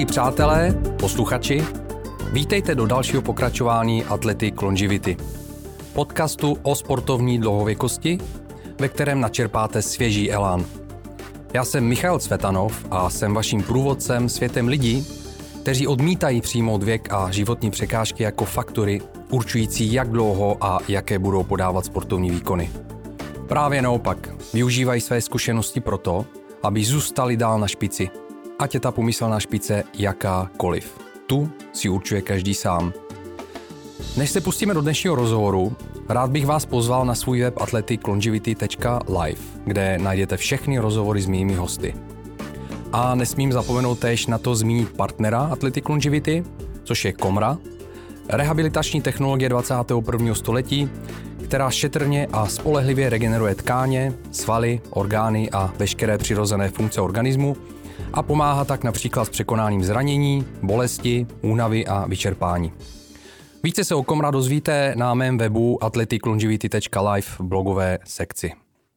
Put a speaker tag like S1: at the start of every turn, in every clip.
S1: přátelé, posluchači, vítejte do dalšího pokračování Athletic Longevity, podcastu o sportovní dlouhověkosti, ve kterém načerpáte svěží elán. Já jsem Michal Cvetanov a jsem vaším průvodcem světem lidí, kteří odmítají přijmout věk a životní překážky jako faktory určující, jak dlouho a jaké budou podávat sportovní výkony. Právě naopak, využívají své zkušenosti proto, aby zůstali dál na špici, ať je ta pomyslná špice jakákoliv. Tu si určuje každý sám. Než se pustíme do dnešního rozhovoru, rád bych vás pozval na svůj web athleticlongevity.live, kde najdete všechny rozhovory s mými hosty. A nesmím zapomenout též na to zmínit partnera Athletic Longevity, což je Komra, rehabilitační technologie 21. století, která šetrně a spolehlivě regeneruje tkáně, svaly, orgány a veškeré přirozené funkce organismu a pomáhá tak například s překonáním zranění, bolesti, únavy a vyčerpání. Více se o Komra dozvíte na mém webu athleticlongevity.live v blogové sekci.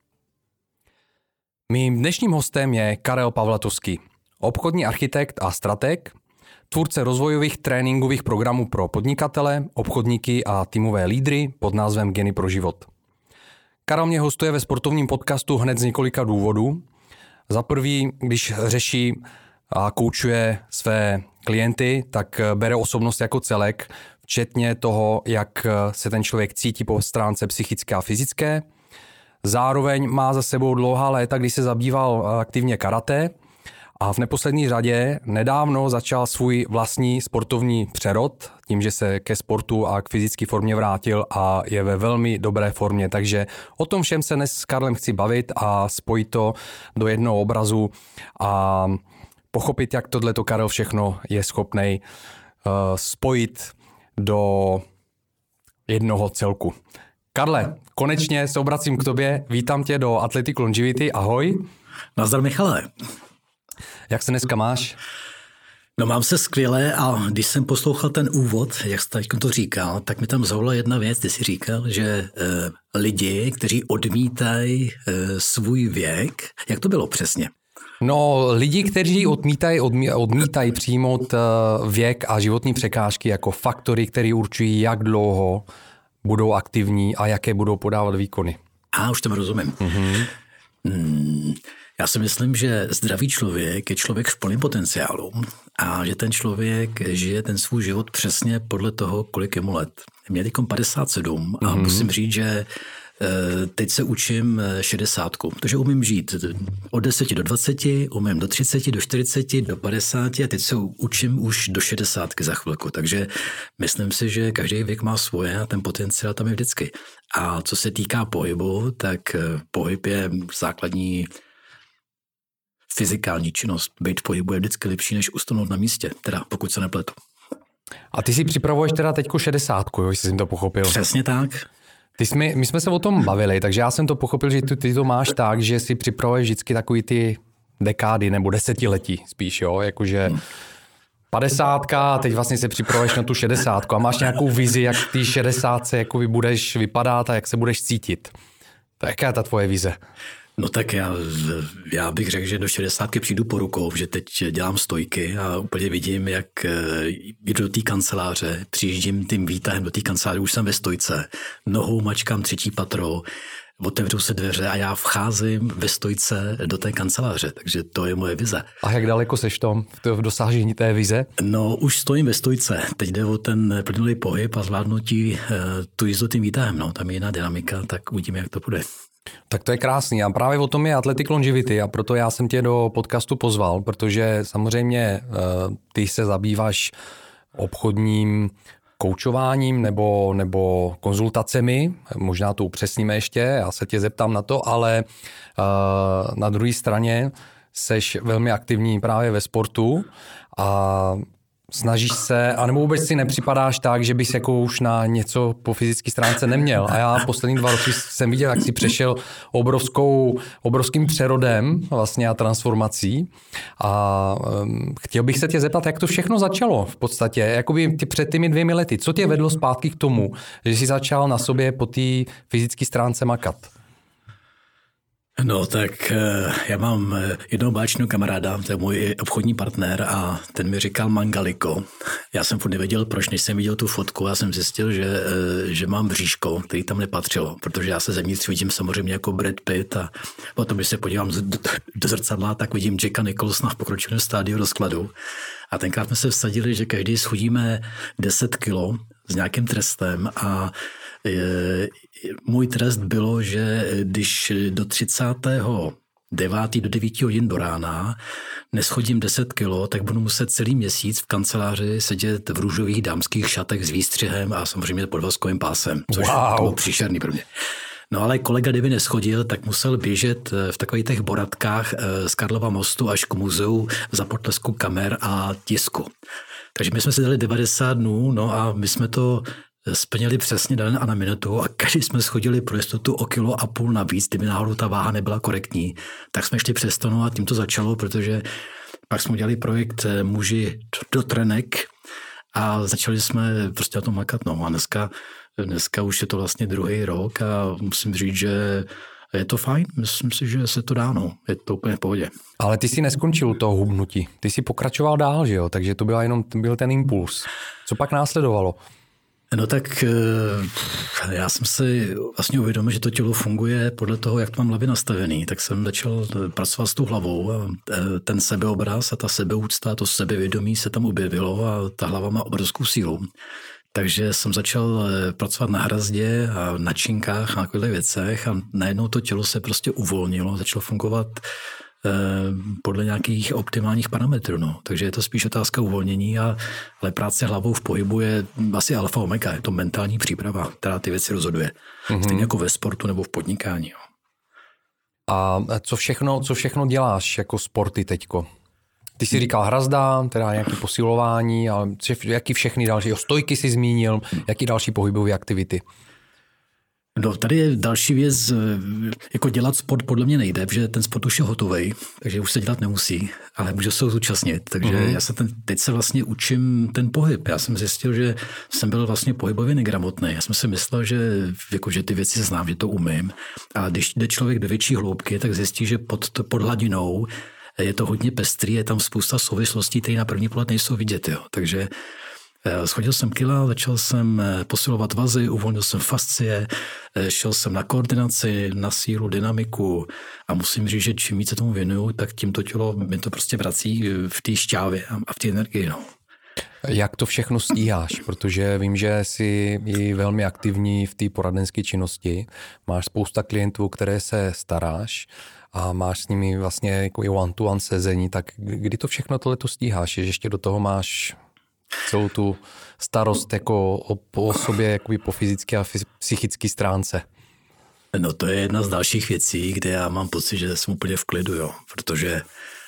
S1: Mým dnešním hostem je Karel Pavlatovský, obchodní architekt a strateg, tvůrce rozvojových tréninkových programů pro podnikatele, obchodníky a týmové lídry pod názvem Geny pro život. Karel mě hostuje ve sportovním podcastu hned z několika důvodů. Za prvý, když řeší a koučuje své klienty, tak bere osobnost jako celek, včetně toho, jak se ten člověk cítí po stránce psychické a fyzické. Zároveň má za sebou dlouhá léta, kdy se zabýval aktivně karate a v neposlední řadě nedávno začal svůj vlastní sportovní přerod, tím, že se ke sportu a k fyzické formě vrátil a je ve velmi dobré formě. Takže o tom všem se dnes s Karlem chci bavit a spojit to do jednoho obrazu a pochopit, jak tohleto Karel všechno je schopnej spojit do jednoho celku. Karle, konečně se obracím k tobě, vítám tě do Athletic Longevity, ahoj.
S2: Nazdar, Michale.
S1: Jak se dneska máš?
S2: No, mám se skvěle a když jsem poslouchal ten úvod, jak jsi teď to říkal, tak mi tam zaujala jedna věc. Ty jsi říkal, že lidi, kteří odmítají svůj věk, jak to bylo přesně?
S1: No, lidi, kteří odmítají přijmout věk a životní překážky jako faktory, které určují, jak dlouho budou aktivní a jaké budou podávat výkony.
S2: Už tomu rozumím. Já si myslím, že zdravý člověk je člověk v plném potenciálu a že ten člověk žije ten svůj život přesně podle toho, kolik je mu let. Mě teď 57 a musím říct, že teď se učím 60, protože umím žít od 10 do 20, umím do 30, do 40, do 50 a teď se učím už do 60 za chvilku. Takže myslím si, že každý věk má svoje a ten potenciál tam je vždycky. A co se týká pohybu, tak pohyb je základní fyzikální činnost. Být v pohybu je vždycky lepší, než ustonout na místě, teda pokud se nepletu.
S1: A ty si připravuješ teda teďko 60, jo, jestli jsem to pochopil.
S2: Přesně tak.
S1: My jsme se o tom bavili, takže já jsem to pochopil, že ty to máš tak, že si připravuješ vždycky takový ty dekády nebo desetiletí spíš, jo, jakože 50 a teď vlastně se připravuješ na tu 60 a máš nějakou vizi, jak v té 60 jakoby budeš vypadat a jak se budeš cítit. To jaká je ta tvoje vize?
S2: No tak já bych řekl, že do 60 přijdu po rukou, že teď dělám stojky a úplně vidím, jak jdu do té kanceláře, přijíždím tím výtahem do té kanceláře, už jsem ve stojce, nohou mačkám 3. patro, otevřou se dveře a já vcházím ve stojce do té kanceláře, takže to je moje vize. A
S1: jak daleko seš v dosažení té vize?
S2: No, už stojím ve stojce, teď jde o ten plynulý pohyb a zvládnutí tu jízdu tím výtahem, no, tam je jiná dynamika, tak uvidíme, jak to bude.
S1: Tak to je krásný a právě o tom je Athletic Longevity a proto já jsem tě do podcastu pozval, protože samozřejmě ty se zabýváš obchodním koučováním nebo konzultacemi, možná to upřesníme ještě, já se tě zeptám na to, ale na druhé straně seš velmi aktivní právě ve sportu a snažíš se, anebo vůbec si nepřipadáš tak, že bys jako už na něco po fyzické stránce neměl. A já poslední 2 roky jsem viděl, jak jsi přešel obrovským přerodem vlastně a transformací. A chtěl bych se tě zeptat, jak to všechno začalo v podstatě, jakoby před těmi 2 lety. Co tě vedlo zpátky k tomu, že jsi začal na sobě po té fyzické stránce makat?
S2: No tak já mám jednoho báječného kamaráda, to je můj obchodní partner a ten mi říkal Mangaliko. Já jsem furt nevěděl, proč, než jsem viděl tu fotku, já jsem zjistil, že mám bříško, který tam nepatřilo, protože já se zevnitř vidím samozřejmě jako Brad Pitt a potom, když se podívám do zrcadla, tak vidím Jacka Nicholsona v pokročilém stádiu rozkladu. A tenkrát jsme se vsadili, že každý schudíme 10 kilo s nějakým trestem a můj trest bylo, že když do 39. do 9 hodin do rána neschodím 10 kilo, tak budu muset celý měsíc v kanceláři sedět v růžových dámských šatech s výstřihem a samozřejmě podvazkovým pásem, což bylo příšerný pro mě. No ale kolega, kdyby neschodil, tak musel běžet v takových těch boratkách z Karlova mostu až k muzeu za potlesku kamer a tisku. Takže my jsme si dali 90 dnů, no a my jsme to splnili přesně den a na minutu a každý jsme schodili pro jistotu o 1,5 kilo navíc, kdyby náhodou ta váha nebyla korektní. Tak jsme šli přes to, no a tím to začalo, protože pak jsme udělali projekt Muži do trenek a začali jsme prostě na tom makat. No a dneska už je to vlastně 2. rok a musím říct, že je to fajn, myslím si, že se to dá, no. Je to úplně v pohodě.
S1: Ale ty jsi neskončil u toho hubnutí, ty jsi pokračoval dál, že jo, takže to byl ten impuls. Co pak následovalo?
S2: No tak já jsem si vlastně uvědomil, že to tělo funguje podle toho, jak to mám hlavě nastavený, tak jsem začal pracovat s tou hlavou a ten sebeobraz a ta sebeúcta, to sebevědomí se tam objevilo a ta hlava má obrovskou sílu. Takže jsem začal pracovat na hrazdě a na činkách a takových věcech a najednou to tělo se prostě uvolnilo, začalo fungovat podle nějakých optimálních parametrů. No. Takže je to spíš otázka uvolnění, ale práce hlavou v pohybu je asi alfa omega, je to mentální příprava, která ty věci rozhoduje. Mm-hmm. Stejně jako ve sportu nebo v podnikání. Jo.
S1: A co všechno děláš jako sporty teďko? Ty jsi říkal hrazda, teda nějaké posilování, ale jaký všechny další, stojky jsi zmínil, jaký další pohybové aktivity?
S2: No, tady je další věc, jako dělat sport podle mě nejde, protože ten sport už je hotovej, takže už se dělat nemusí, ale může se ho zúčastnit. Takže já se teď se vlastně učím ten pohyb. Já jsem zjistil, že jsem byl vlastně pohybově negramotný. Já jsem si myslel, že ty věci znám, že to umím. A když jde člověk do větší hloubky, tak zjistí, že pod hladinou je to hodně pestrý, je tam spousta souvislostí, které na první pohled nejsou vidět. Jo. Takže schodil jsem kila, začal jsem posilovat vazy, uvolnil jsem fascie, šel jsem na koordinaci, na sílu, dynamiku a musím říct, že čím více tomu věnuju, tak tím to tělo mi to prostě vrací v té šťávě a v té energii. No.
S1: Jak to všechno stíháš? Protože vím, že jsi i velmi aktivní v té poradenské činnosti. Máš spousta klientů, které se staráš a máš s nimi vlastně jako one-to-one sezení, tak kdy to všechno tohleto stíháš? Že ještě do toho máš celou tu starost jako o sobě, jakoby po fyzické a psychické stránce?
S2: No to je jedna z dalších věcí, kde já mám pocit, že jsem úplně v klidu, jo, protože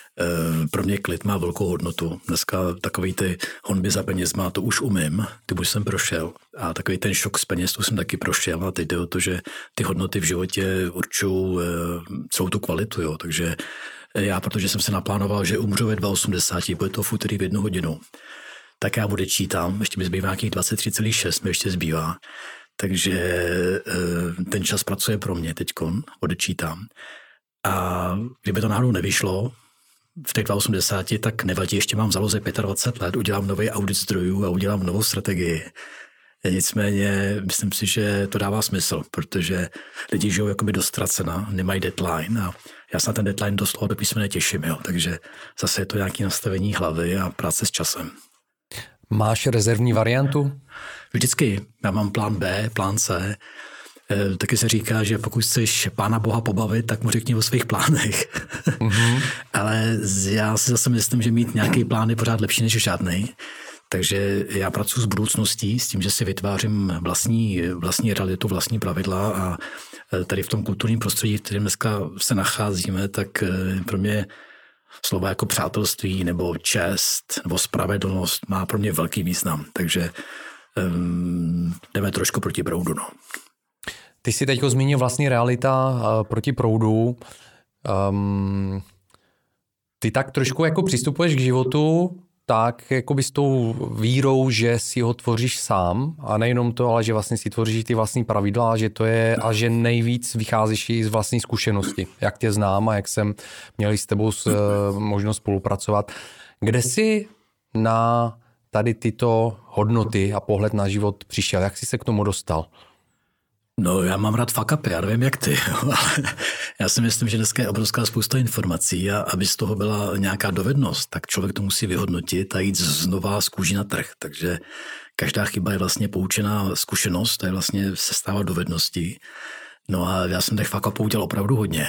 S2: pro mě klid má velkou hodnotu. Dneska takový ty honby za penězma, to už umím, ty už jsem prošel a takový ten šok z peněz, to jsem taky prošel a teď jde o to, že ty hodnoty v životě určují celou tu kvalitu, jo, takže já, protože jsem se naplánoval, že umřu ve 2,80, bude to v úterý v 1 hodinu, tak já odečítám, ještě mi zbývá nějakých 23,6, mi ještě zbývá, takže ten čas pracuje pro mě teďkon, odečítám. A kdyby to náhodou nevyšlo v těch 2,80, tak nevadí, ještě mám v záloze 25 let, udělám nový audit zdrojů a udělám novou strategii. Nicméně myslím si, že to dává smysl, protože lidi žijou jakoby dost ztracena, nemají deadline a já se na ten deadline dost do písmene těším, jo. Takže zase je to nějaké nastavení hlavy a práce s časem.
S1: Máš rezervní variantu?
S2: Vždycky. Já mám plán B, plán C. Taky se říká, že pokud chceš Pána Boha pobavit, tak mu řekni o svých plánech. Mm-hmm. Ale já si zase myslím, že mít nějaký plán je pořád lepší než žádnej. Takže já pracuji s budoucností, s tím, že si vytvářím vlastní realitu, vlastní pravidla a tady v tom kulturním prostředí, v kterém dneska se nacházíme, tak pro mě slova jako přátelství nebo čest nebo spravedlnost má pro mě velký význam. Takže jdeme trošku proti proudu. No.
S1: Ty jsi teďko zmínil vlastní realita proti proudu. Ty tak trošku jako přistupuješ k životu, tak jakoby s tou vírou, že si ho tvoříš sám a nejenom to, ale že vlastně si tvoříš ty vlastní pravidla, že to je a že nejvíc vycházíš i z vlastní zkušenosti, jak tě znám a jak jsem měl s tebou možnost spolupracovat. Kde jsi na tady tyto hodnoty a pohled na život přišel? Jak jsi se k tomu dostal?
S2: No, já mám rád fuck upy, já nevím jak ty, ale já si myslím, že dneska je obrovská spousta informací a aby z toho byla nějaká dovednost, tak člověk to musí vyhodnotit a jít znova z kůží na trh. Takže každá chyba je vlastně poučená zkušenost, to je vlastně sestává dovedností. No a já jsem těch fuck upů udělal opravdu hodně.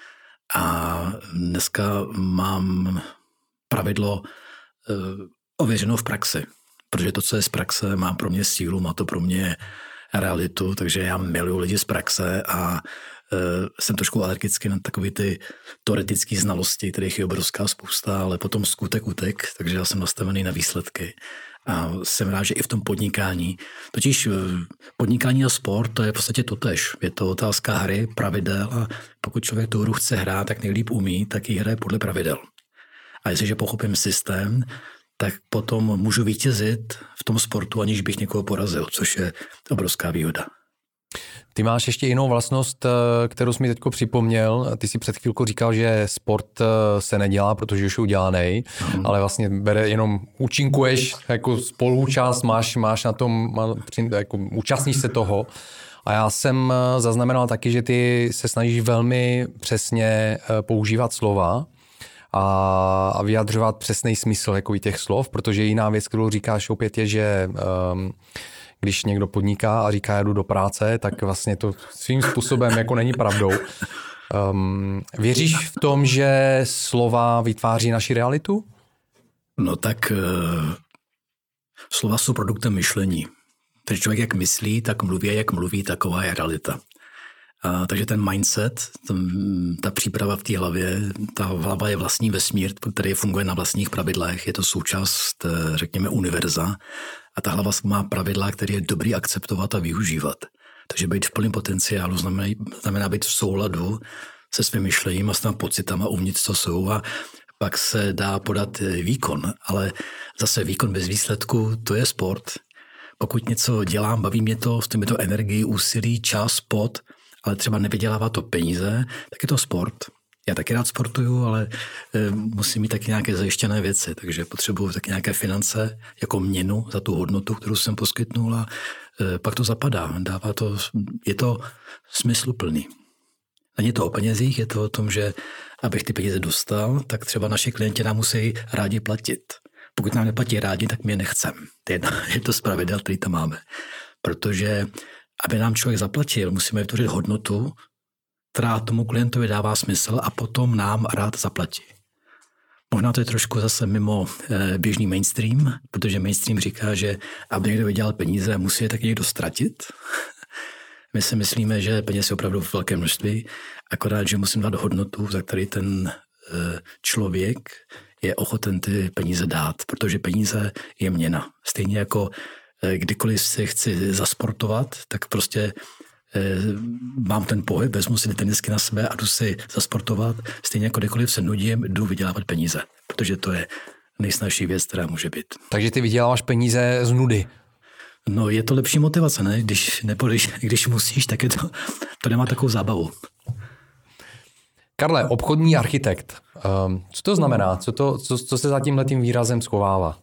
S2: A dneska mám pravidlo ověřeno v praxi, protože to, co je z praxe, má pro mě sílu, má to pro mě realitu, takže já miluji lidi z praxe a jsem trošku alergický na takové ty teoretické znalosti, kterých je obrovská spousta, ale potom skutek utek, takže já jsem nastavený na výsledky. A jsem rád, že i v tom podnikání. Totiž podnikání a sport, to je v podstatě totéž. Je to otázka hry, pravidel a pokud člověk tu hru chce hrát, tak nejlíp umí, tak ji hraje podle pravidel. A jestliže pochopím systém, tak potom můžu vítězit v tom sportu, aniž bych někoho porazil, což je obrovská výhoda.
S1: Ty máš ještě jinou vlastnost, kterou jsi mi teď připomněl. Ty si před chvílkou říkal, že sport se nedělá, protože už je udělaný, ale vlastně jenom účinkuješ jako spoluúčast, máš na tom, jako účastníš se toho. A já jsem zaznamenal taky, že ty se snažíš velmi přesně používat slova a vyjadřovat přesný smysl jako těch slov, protože jiná věc, kterou říkáš opět je, že když někdo podniká a říká, jdu do práce, tak vlastně to svým způsobem jako není pravdou. Věříš v tom, že slova vytváří naši realitu?
S2: No tak slova jsou produktem myšlení. Takže člověk jak myslí, tak mluví a jak mluví, taková je realita. Takže ten mindset, ta příprava v té hlavě, ta hlava je vlastní vesmír, který funguje na vlastních pravidlech, je to součást, řekněme, univerza a ta hlava má pravidla, které je dobrý akceptovat a využívat. Takže být v plném potenciálu znamená být v souladu se svým myšlením a s těmi pocitama uvnitř, co jsou a pak se dá podat výkon, ale zase výkon bez výsledku, to je sport. Pokud něco dělám, baví mě to, v tom je to energii, úsilí, čas, pot, ale třeba nevydělává to peníze, tak je to sport. Já taky rád sportuju, ale musím mít taky nějaké zajištěné věci, takže potřebuji taky nějaké finance jako měnu za tu hodnotu, kterou jsem poskytnul a pak to zapadá. Je to smysluplný. Není to o penězích, je to o tom, že abych ty peníze dostal, tak třeba naši klienti nám musí rádi platit. Pokud nám neplatí rádi, tak my je nechcem. Je to z pravidel, který tam máme. Protože aby nám člověk zaplatil, musíme vytvořit hodnotu, která tomu klientovi dává smysl a potom nám rád zaplatí. Možná to je trošku zase mimo běžný mainstream, protože mainstream říká, že aby někdo vydělal peníze, musí je taky někdo ztratit. My si myslíme, že peněz je opravdu v velké množství, akorát, že musím dát hodnotu, za který ten člověk je ochoten ty peníze dát, protože peníze je měna. Stejně jako kdykoliv si chci zasportovat, tak prostě mám ten pohyb, vezmu si ty tenisky na sebe a jdu si zasportovat. Stejně jako kdykoliv se nudím, jdu vydělávat peníze, protože to je nejsnažší věc, která může být.
S1: Takže ty vyděláváš peníze z nudy.
S2: No je to lepší motivace, ne? Když musíš, tak to nemá takovou zábavu.
S1: Karle, obchodní architekt. Co to znamená? Co se za tímhletím výrazem schovává?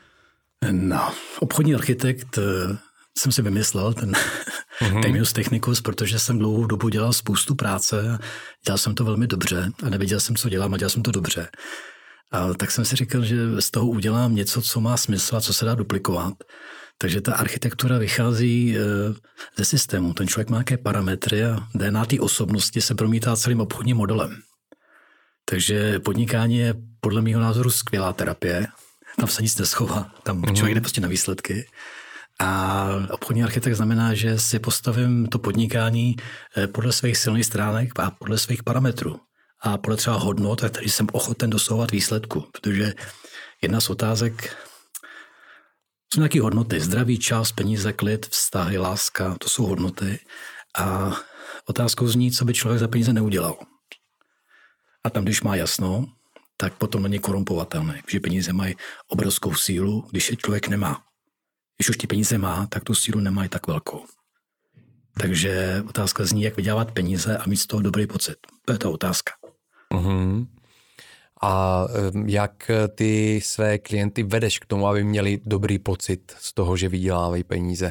S2: No, obchodní architekt jsem si vymyslel, ten terminus technicus, protože jsem dlouhou dobu dělal spoustu práce, dělal jsem to velmi dobře a nevěděl jsem, co dělám a dělal jsem to dobře. A tak jsem si říkal, že z toho udělám něco, co má smysl a co se dá duplikovat. Takže ta architektura vychází ze systému. Ten člověk má nějaké parametry a DNA té osobnosti se promítá celým obchodním modelem. Takže podnikání je podle mého názoru skvělá terapie. Tam se nic neschová, tam člověk jde prostě na výsledky. A obchodní architekt znamená, že si postavím to podnikání podle svých silných stránek a podle svých parametrů. A podle třeba hodnot, a tady jsem ochoten dosahovat výsledku. Protože jedna z otázek jsou nějaké hodnoty. Zdraví, čas, peníze, klid, vztahy, láska, to jsou hodnoty. A otázkou zní, co by člověk za peníze neudělal. A tam, když má jasno, tak potom není korumpovatelné. Že peníze mají obrovskou sílu, když je člověk nemá. Když už ty peníze má, tak tu sílu nemají tak velkou. Takže otázka zní, jak vydělávat peníze a mít z toho dobrý pocit. To je ta otázka.
S1: Mm-hmm. A jak ty své klienty vedeš k tomu, aby měli dobrý pocit z toho, že vydělávají peníze?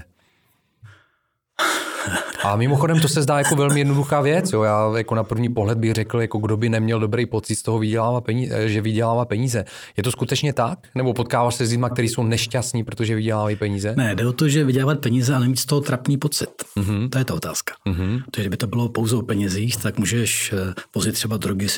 S1: A mimochodem to se zdá jako velmi jednoduchá věc. Jo? Já jako na první pohled bych řekl, jako kdo by neměl dobrý pocit z toho, že vydělává peníze. Je to skutečně tak? Nebo potkáváš se s lidmi, kteří jsou nešťastní, protože vydělávají peníze?
S2: Ne, jde o to, že vydělávat peníze a nemít z toho trapný pocit. Mm-hmm. To je ta otázka. Mm-hmm. Protože kdyby to bylo pouze o penězích, tak můžeš vozit třeba drogy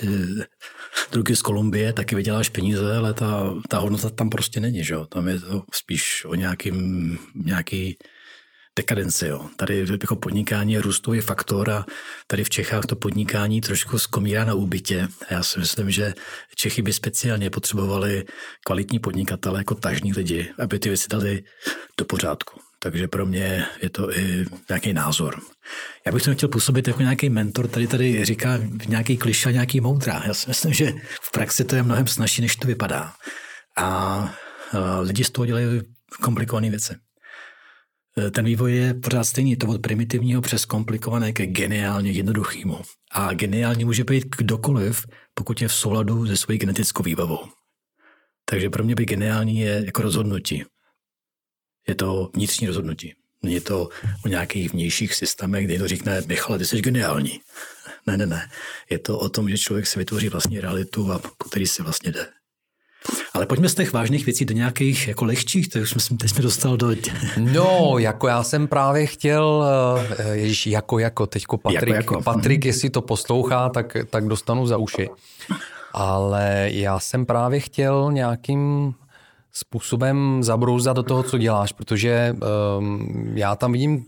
S2: z Kolumbie, taky vyděláš peníze, ale ta hodnota tam prostě není. Že? Tam je to spíš o nějaký dekadenci. Jo. Tady jako podnikání je růstový faktor a tady v Čechách to podnikání trošku skomírá na úbytě. Já si myslím, že Čechy by speciálně potřebovali kvalitní podnikatele jako tažní lidi, aby ty věci dali do pořádku. Takže pro mě je to i nějaký názor. Já bych to chtěl působit jako nějaký mentor, tady říká nějaký klišé, nějaký moudra. Já si myslím, že v praxi to je mnohem snazší, než to vypadá. A lidi z toho dělají komplikované věci. Ten vývoj je pořád stejný, to od primitivního přes komplikované ke geniálně jednoduchýmu. A geniální může být kdokoliv, pokud je v souladu se svojí genetickou výbavou. Takže pro mě by geniální je jako rozhodnutí. Je to vnitřní rozhodnutí. Není to o nějakých vnějších systémech, kde to řekne, Michale, ty jsi geniální. Ne. Je to o tom, že člověk si vytvoří vlastní realitu a po který si vlastně jde. Ale pojďme z těch vážných věcí do nějakých jako lehčích, teď jsme dostal do...
S1: No, jako já jsem právě chtěl, teďko Patrik, jestli to poslouchá, tak dostanu za uši. Ale já jsem právě chtěl nějakým způsobem zabrouzat do toho, co děláš, protože já tam vidím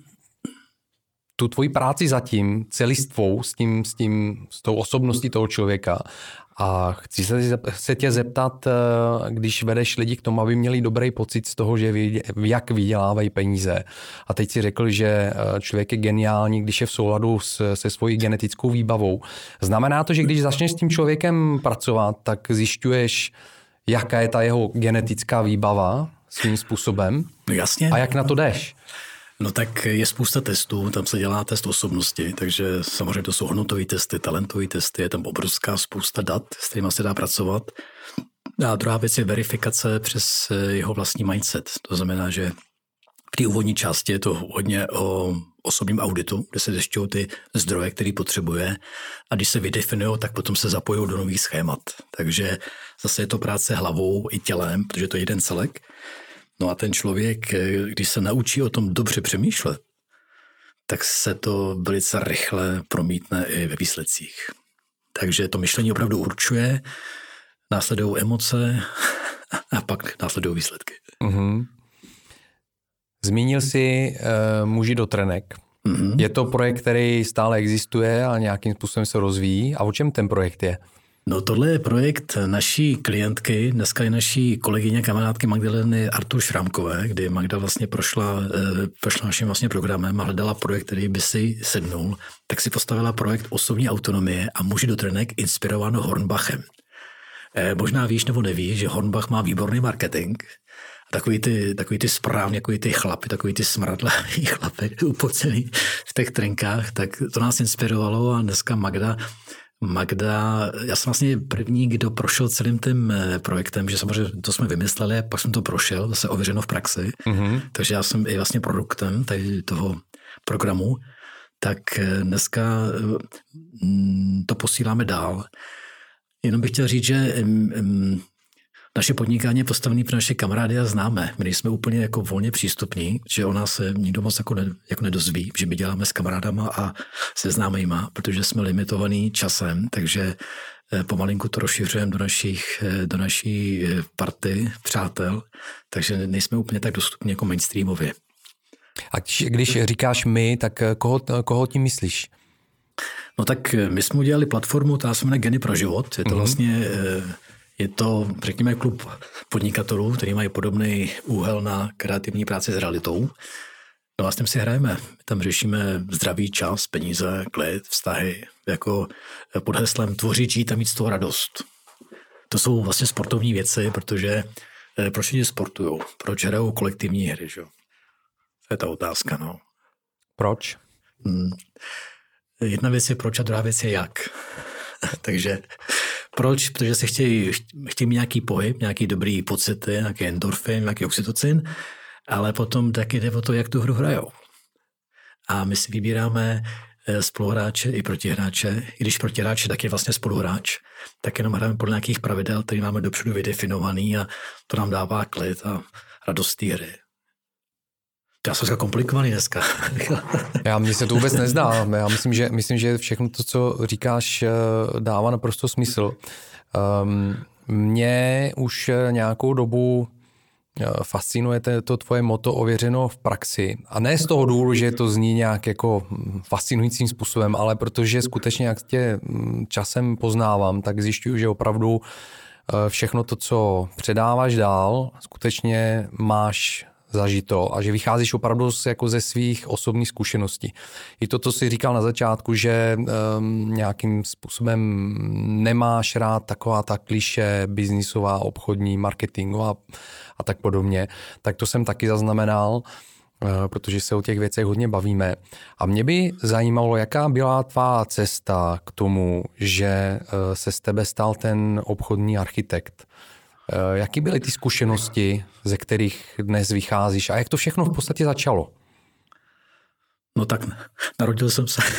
S1: tu tvoji práci zatím, celistvou, s tou osobností toho člověka. A chci se tě zeptat, když vedeš lidi k tomu, aby měli dobrý pocit z toho, že jak vydělávají peníze. A teď si řekl, že člověk je geniální, když je v souladu se svojí genetickou výbavou. Znamená to, že když začneš s tím člověkem pracovat, tak zjišťuješ, jaká je ta jeho genetická výbava svým způsobem?
S2: No jasně.
S1: A jak na to jdeš?
S2: No tak je spousta testů, tam se dělá test osobnosti, takže samozřejmě to jsou hodnotové testy, talentové testy, je tam obrovská spousta dat, s kterými se dá pracovat. A druhá věc je verifikace přes jeho vlastní mindset. To znamená, že v té úvodní části je to hodně o osobním auditu, kde se zjišťují ty zdroje, které potřebuje a když se vydefinují, tak potom se zapojí do nových schémat. Takže zase je to práce hlavou i tělem, protože to je jeden celek. No a ten člověk, když se naučí o tom dobře přemýšlet, tak se to velice rychle promítne i ve výsledcích. Takže to myšlení opravdu určuje, následují emoce a pak následují výsledky.
S1: Mm-hmm. Zmínil jsi Muži do trenek. Mm-hmm. Je to projekt, který stále existuje a nějakým způsobem se rozvíjí. A o čem ten projekt je?
S2: No tohle je projekt naší klientky, dneska je naší kolegyně, kamarádky Magdaleny Artur Šrámkové, kdy Magda vlastně prošla naším vlastně programem a hledala projekt, který by si sednul, tak si postavila projekt osobní autonomie a Muži do trenek inspirováno Hornbachem. Možná víš nebo nevíš, že Hornbach má výborný marketing. Takový ty správně, takový ty smradlavý chlapy upocený v těch trenkách, tak to nás inspirovalo a dneska Magda, já jsem vlastně první, kdo prošel celým tím projektem, že samozřejmě to jsme vymysleli, pak jsem to prošel, zase ověřeno v praxi, takže já jsem i vlastně produktem tady toho programu, tak dneska to posíláme dál. Jenom bych chtěl říct, že naše podnikání je postavené pro naše kamarády a známé. My nejsme úplně jako volně přístupní, že o nás se nikdo moc jako nedozví, že my děláme s kamarádama a se známejma, protože jsme limitovaný časem, takže pomalinku to rozšiřujeme do naší party, přátel, takže nejsme úplně tak dostupní jako mainstreamově.
S1: A když říkáš my, tak koho tím myslíš?
S2: No tak my jsme udělali platformu, ta se jmenuje Geny pro život. Je to vlastně... Je to, řekněme, klub podnikatelů, který mají podobný úhel na kreativní práci s realitou. No a s tím si hrajeme. My tam řešíme zdravý čas, peníze, klid, vztahy, jako pod heslem tvořit, žít a mít z toho radost. To jsou vlastně sportovní věci, protože proč lidi sportujou? Proč hrajou kolektivní hry? Že? To je ta otázka. No.
S1: Proč?
S2: Jedna věc je proč a druhá věc je jak. Takže proč? Protože se chtějí mít nějaký pohyb, nějaký dobrý pocity, nějaký endorfin, nějaký oxytocin, ale potom taky jde o to, jak tu hru hrajou. A my si vybíráme spoluhráče i protihráče. I když protihráč tak je vlastně spoluhráč, tak jenom hrajeme podle nějakých pravidel, které máme dopředu vydefinovaný a to nám dává klid a radost té hry. To já jsem komplikovaný dneska.
S1: Mně se to vůbec nezdá. Já myslím, že všechno to, co říkáš, dává naprosto smysl. Mě už nějakou dobu fascinuje to tvoje motto ověřeno v praxi. A ne z toho důvodu, že to zní nějak jako fascinujícím způsobem, ale protože skutečně, jak tě časem poznávám, tak zjišťuju, že opravdu všechno to, co předáváš dál, skutečně máš zažito a že vycházíš opravdu jako ze svých osobních zkušeností. I to, co jsi říkal na začátku, že nějakým způsobem nemáš rád taková ta klišé biznisová, obchodní, marketingová a tak podobně, tak to jsem taky zaznamenal, protože se o těch věcech hodně bavíme. A mě by zajímalo, jaká byla tvá cesta k tomu, že se z tebe stal ten obchodní architekt. Jaký byly ty zkušenosti, ze kterých dnes vycházíš a jak to všechno v podstatě začalo?
S2: No tak narodil jsem se.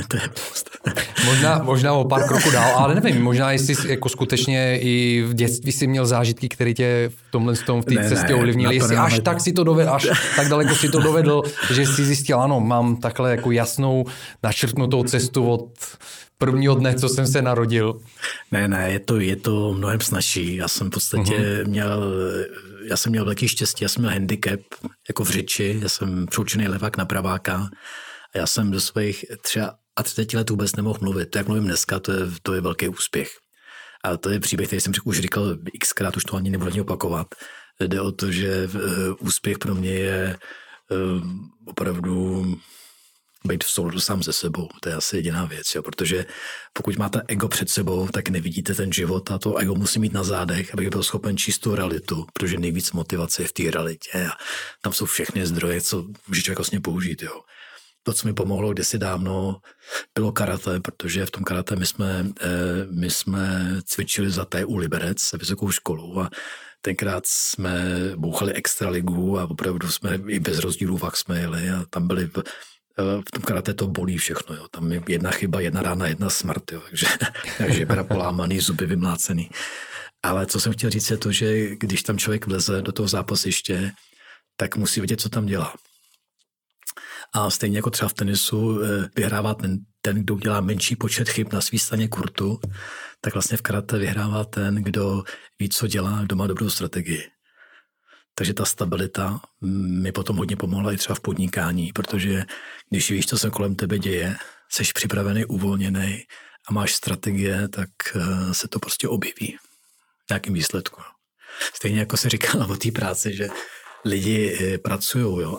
S1: Možná o pár kroků dál, ale nevím, možná jestli jako skutečně i v dětství si měl zážitky, které tě v té cestě ovlivnily. Jestli až tak si to dovedl, až tak daleko si to dovedl, že jsi zjistil, ano, mám takhle jako jasnou načrtnutou cestu od prvního dne, co jsem se narodil.
S2: Ne, je to mnohem snazší. Já jsem v podstatě měl velký štěstí, já jsem měl handicap jako v řeči, já jsem přeučený levák na praváka a já jsem do svých 33 let vůbec nemohl mluvit. To, jak mluvím dneska, to je velký úspěch. A to je příběh, který jsem už říkal xkrát, už to ani nebudu opakovat. Jde o to, že úspěch pro mě je opravdu být v souladu sám se sebou. To je asi jediná věc, jo? Protože pokud máte ego před sebou, tak nevidíte ten život a to ego musí mít na zádech, abych byl schopen číst tu realitu, protože nejvíc motivace je v té realitě a tam jsou všechny zdroje, co může člověk vlastně použít. Jo? To, co mi pomohlo kdysi dávno, bylo karate, protože v tom karate my jsme cvičili za TU Liberec, vysokou školu a tenkrát jsme bouchali extraligu a opravdu jsme i bez rozdílů fakt jsme jeli a tam byli v tom karate to bolí všechno, jo. Tam je jedna chyba, jedna rána, jedna smrt, jo. Takže bera polámaný, zuby vymlácený. Ale co jsem chtěl říct je to, že když tam člověk vleze do toho zápasiště, tak musí vědět, co tam dělá. A stejně jako třeba v tenisu vyhrává ten, kdo dělá menší počet chyb na svý straně kurtu, tak vlastně v karate vyhrává ten, kdo ví, co dělá, kdo má dobrou strategii. Takže ta stabilita mi potom hodně pomohla i třeba v podnikání, protože když víš, co se kolem tebe děje, jsi připravený, uvolněný a máš strategie, tak se to prostě objeví v nějakém výsledku. Stejně jako se říkala o té práci, že lidi pracujou, jo,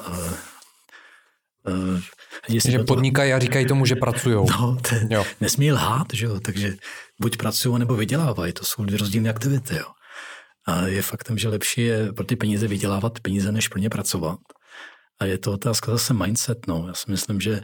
S1: že podnikají a říkají tomu, že pracujou.
S2: No, nesmí lhát, že jo, takže buď pracují, nebo vydělávají, to jsou dvě rozdílné aktivity, jo. A je faktem, že lepší je pro ty peníze vydělávat peníze, než pro ně pracovat. A je to otázka zase mindset. No. Já si myslím, že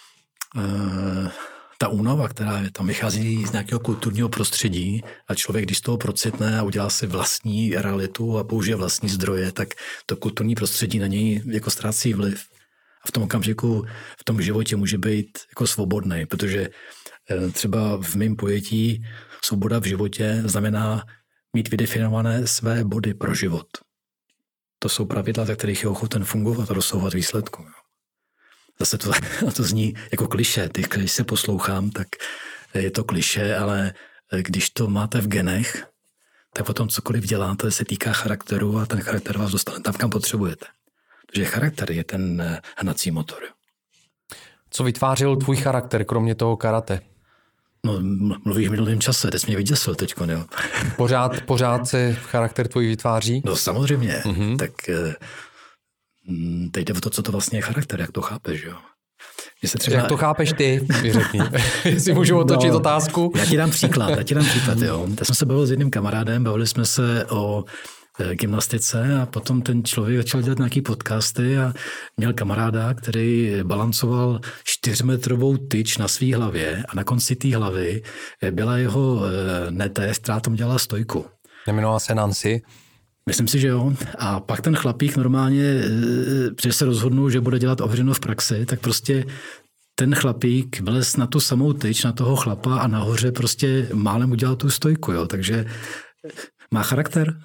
S2: ta únava, která je tam, vychází z nějakého kulturního prostředí a člověk, když z toho procitne a udělá si vlastní realitu a použije vlastní zdroje, tak to kulturní prostředí na něj jako ztrácí vliv. A v tom okamžiku, v tom životě může být jako svobodný, protože třeba v mém pojetí svoboda v životě znamená mít vydefinované své body pro život. To jsou pravidla, za kterých je ochoten fungovat a dosahovat výsledku. Zase to zní jako klišé. Když se poslouchám, tak je to klišé, ale když to máte v genech, tak potom cokoliv děláte, se týká charakteru a ten charakter vás dostane tam, kam potřebujete. Takže charakter je ten hnací motor.
S1: Co vytvářil tvůj charakter, kromě toho karate?
S2: No, mluvíš v minulém čase, teď jsi mě vyděsil teďko, jo.
S1: Pořád se charakter tvůj vytváří?
S2: No samozřejmě, tak teď jde o to, co to vlastně je charakter, jak to chápeš, jo.
S1: Jak to chápeš ty, mi řekni. Jestli můžu otočit otázku.
S2: Já ti dám příklad, jo. Já jsem se bavil s jedním kamarádem, bavili jsme se o gymnastice a potom ten člověk začal dělat nějaký podcasty a měl kamaráda, který balancoval 4metrovou tyč na svý hlavě a na konci té hlavy byla jeho neteř, která tomu dělala stojku.
S1: Nemenovala se Nancy?
S2: Myslím si, že jo. A pak ten chlapík normálně, protože se rozhodnul, že bude dělat ověřeno v praxi, tak prostě ten chlapík vlez na tu samou tyč, na toho chlapa a nahoře prostě málem udělal tu stojku, jo. Takže má charakter.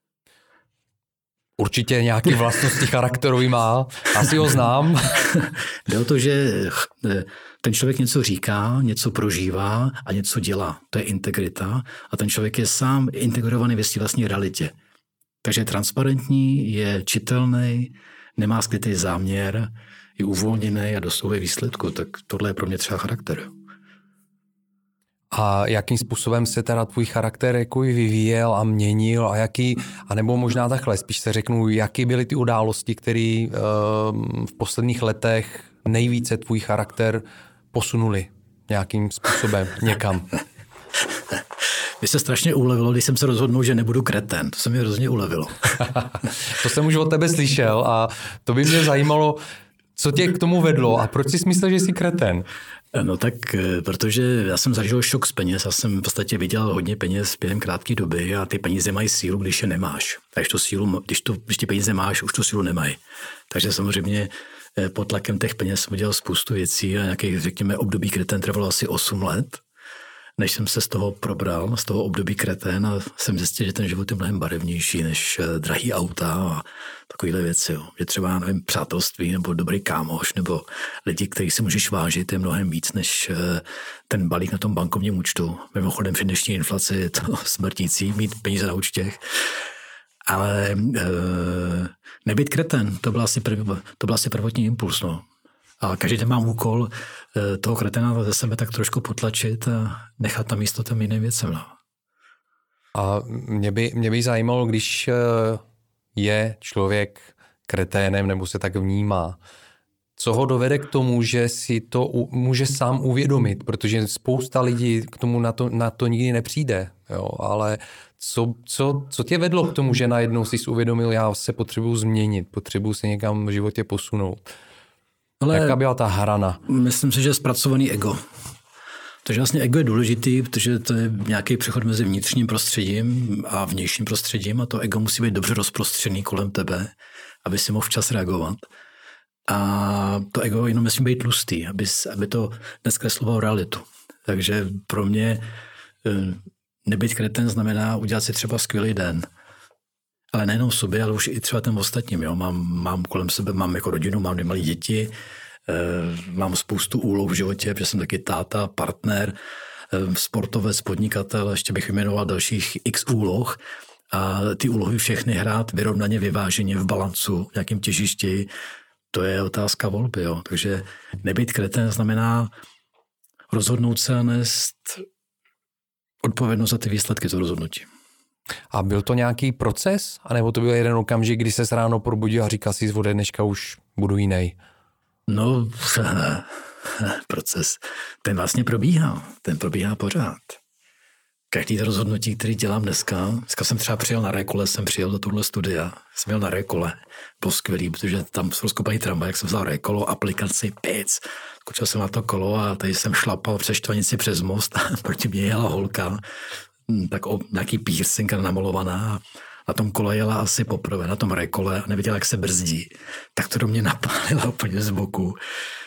S1: Určitě nějaký vlastnosti charakterový má. Asi ho znám.
S2: Jde o to, že ten člověk něco říká, něco prožívá a něco dělá. To je integrita. A ten člověk je sám integrovaný ve své vlastní realitě. Takže je transparentní, je čitelný, nemá skrytý záměr, je uvolněný a dosahuje výsledku. Tak tohle je pro mě třeba charakter.
S1: A jakým způsobem se teda tvůj charakter jako vyvíjel a měnil a jaký, anebo možná takhle, spíš se řeknu, jaký byly ty události, které v posledních letech nejvíce tvůj charakter posunuli nějakým způsobem někam?
S2: Mně se strašně ulevilo, když jsem se rozhodnul, že nebudu kreten. To se mi hrozně ulevilo.
S1: To jsem už od tebe slyšel a to by mě zajímalo, co tě k tomu vedlo a proč jsi myslel, že jsi kreten?
S2: No tak, protože já jsem zažil šok z peněz. Já jsem v podstatě vydělal hodně peněz během krátké doby a ty peníze mají sílu, když je nemáš. Když ty peníze máš, už tu sílu nemají. Takže samozřejmě pod tlakem těch peněz jsem udělal spoustu věcí a nějakých, řekněme, období kreten trvalo asi 8 let, než jsem se z toho probral, z toho období kretén a jsem zjistil, že ten život je mnohem barevnější než drahý auta a takovéhle věci. Jo. Že třeba, nevím, přátelství nebo dobrý kámoš nebo lidi, kterých si můžeš vážit, je mnohem víc než ten balík na tom bankovním účtu. Mimochodem v dnešní inflaci je to smrtící, mít peníze na účtech. Ale nebyt kreten, to byl asi prvotní impuls. No. A každý den mám úkol toho kretena ze sebe tak trošku potlačit a nechat tam místo těm jiným věcem. No.
S1: A mě by zajímalo, když je člověk kreténem nebo se tak vnímá, co ho dovede k tomu, že si to může sám uvědomit, protože spousta lidí k tomu na to nikdy nepřijde. Jo? Ale co tě vedlo k tomu, že najednou jsi uvědomil, já se potřebuji změnit, potřebuji se někam v životě posunout? Ale jaká byla ta hrana?
S2: Myslím si, že je zpracovaný ego. Takže vlastně ego je důležitý, protože to je nějaký přechod mezi vnitřním prostředím a vnějším prostředím a to ego musí být dobře rozprostřený kolem tebe, aby si mohl včas reagovat. A to ego jenom musí být tlustý, aby to neskreslovalo realitu. Takže pro mě nebyt kreten znamená udělat si třeba skvělý den. Ale nejenom sobě, ale už i třeba těm ostatním. Jo. Mám kolem sebe, mám jako rodinu, mám 2 malé děti, mám spoustu úloh v životě, protože jsem taky táta, partner, sportovec, podnikatel, ještě bych vyjmenoval dalších x úloh. A ty úlohy všechny hrát vyrovnaně, vyváženě, v balancu, v nějakém těžišti, to je otázka volby. Jo. Takže nebýt kreten znamená rozhodnout se a nést odpovědnost za ty výsledky toho rozhodnutí.
S1: A byl to nějaký proces? A nebo to byl jeden okamžik, kdy ses ráno probudil a říkal si, ode dneška už budu jiný?
S2: No, proces. Ten vlastně probíhá. Ten probíhá pořád. Každý to rozhodnutí, který dělám dneska jsem třeba přijel na Rékole, jsem přijel do tohle studia, jsem jel na Rékole, bylo skvělý, protože tam jsou rozkopaný tramvaj, jak jsem vzal Rékolo, aplikaci, pic, skočil jsem na to kolo a tady jsem šlapal přes Štvanici přes most a proti mě jela holka, tak nějaký piercing namalovaná. Na tom kole jela asi poprvé, na tom Rékole a nevěděla, jak se brzdí. Tak to do mě napálila úplně z boku.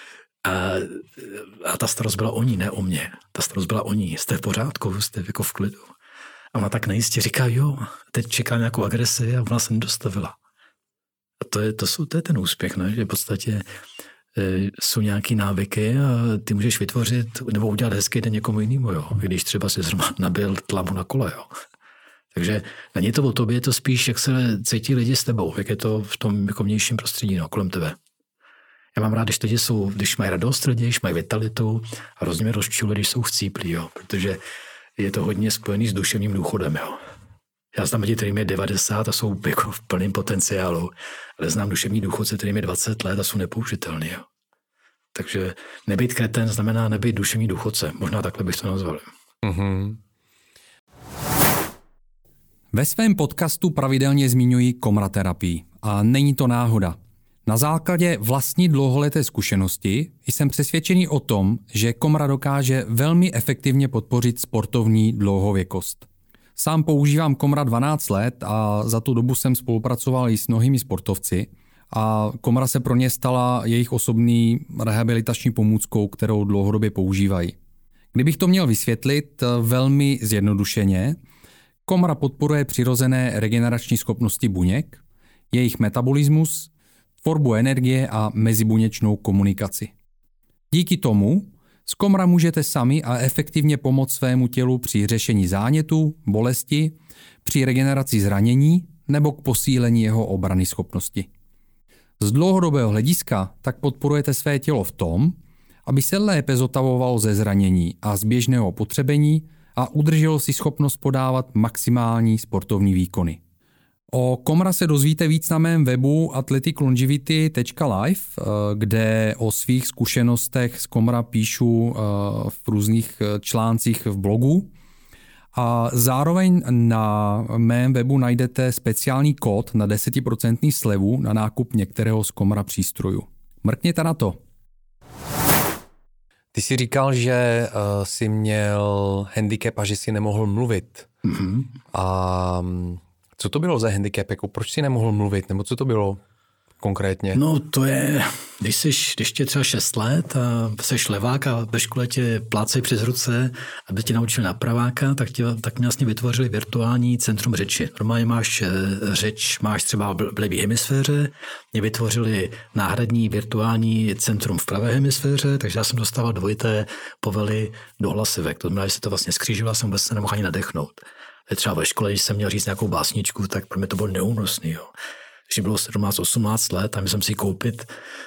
S2: A ta starost byla o ní, ne o mě. Ta starost byla o ní. Jste v pořádku, jste jako v klidu. A ona tak nejistě říká, jo, teď čeká nějakou agresi a ona se nedostavila. A to je ten úspěch, ne? Že v podstatě jsou nějaký návyky a ty můžeš vytvořit nebo udělat hezký den někomu jinému, jo. Když třeba si zrovna nabil tlamu na kole, jo. Takže není to o tobě, je to spíš, jak se cítí lidi s tebou, jak je to v tom jako vnějším prostředí, no, kolem tebe. Já mám rád, když mají radost lidi, když mají vitalitu a hrozně mě rozčiluje, když jsou chcíplí, jo, protože je to hodně spojený s duševním důchodem, jo. Já znám lidi, kterým je 90 a jsou jako v plném potenciálu, ale znám duševní důchodce, kterým je 20 let a jsou nepoužitelný, jo. Takže nebýt kreten znamená nebýt duševní důchodce. Možná takhle bych to nazval.
S1: Mm-hmm. Ve svém podcastu pravidelně zmiňuji komraterapii a není to náhoda. Na základě vlastní dlouholeté zkušenosti jsem přesvědčený o tom, že komra dokáže velmi efektivně podpořit sportovní dlouhověkost. Sám používám komra 12 let a za tu dobu jsem spolupracoval i s mnohými sportovci a komra se pro ně stala jejich osobní rehabilitační pomůckou, kterou dlouhodobě používají. Kdybych to měl vysvětlit velmi zjednodušeně, komra podporuje přirozené regenerační schopnosti buněk, jejich metabolismus, tvorbu energie a mezibuněčnou komunikaci. Díky tomu z komra můžete sami a efektivně pomoct svému tělu při řešení zánětu, bolesti, při regeneraci zranění nebo k posílení jeho obrany schopnosti. Z dlouhodobého hlediska tak podporujete své tělo v tom, aby se lépe zotavovalo ze zranění a z běžného potřebení a udrželo si schopnost podávat maximální sportovní výkony. O komra se dozvíte víc na mém webu athleticlongevity.live, kde o svých zkušenostech z komra píšu v různých článcích v blogu. A zároveň na mém webu najdete speciální kód na 10% slevu na nákup některého z komra přístrojů. Mrkněte na to. Ty jsi říkal, že jsi měl handicap a že jsi nemohl mluvit. Mm-hmm. A co to bylo za handicap? Jako proč jsi nemohl mluvit? Nebo co to bylo konkrétně?
S2: No to je, když tě třeba 6 let a seš levák a ve škole tě plácej přes ruce, aby tě naučili na praváka, tak mě vlastně vytvořili virtuální centrum řeči. Normálně máš řeč, máš třeba v levé hemisféře, mě vytvořili náhradní virtuální centrum v pravé hemisféře, takže já jsem dostával dvojité povely do hlasivek. To znamená, že se to vlastně skřížilo a jsem vůbec se nemohl ani nadechnout. Třeba ve škole, když jsem měl říct nějakou básničku, tak pro mě to bylo neúnosný. Jo. Když bylo 17-18 let a jsem si koupit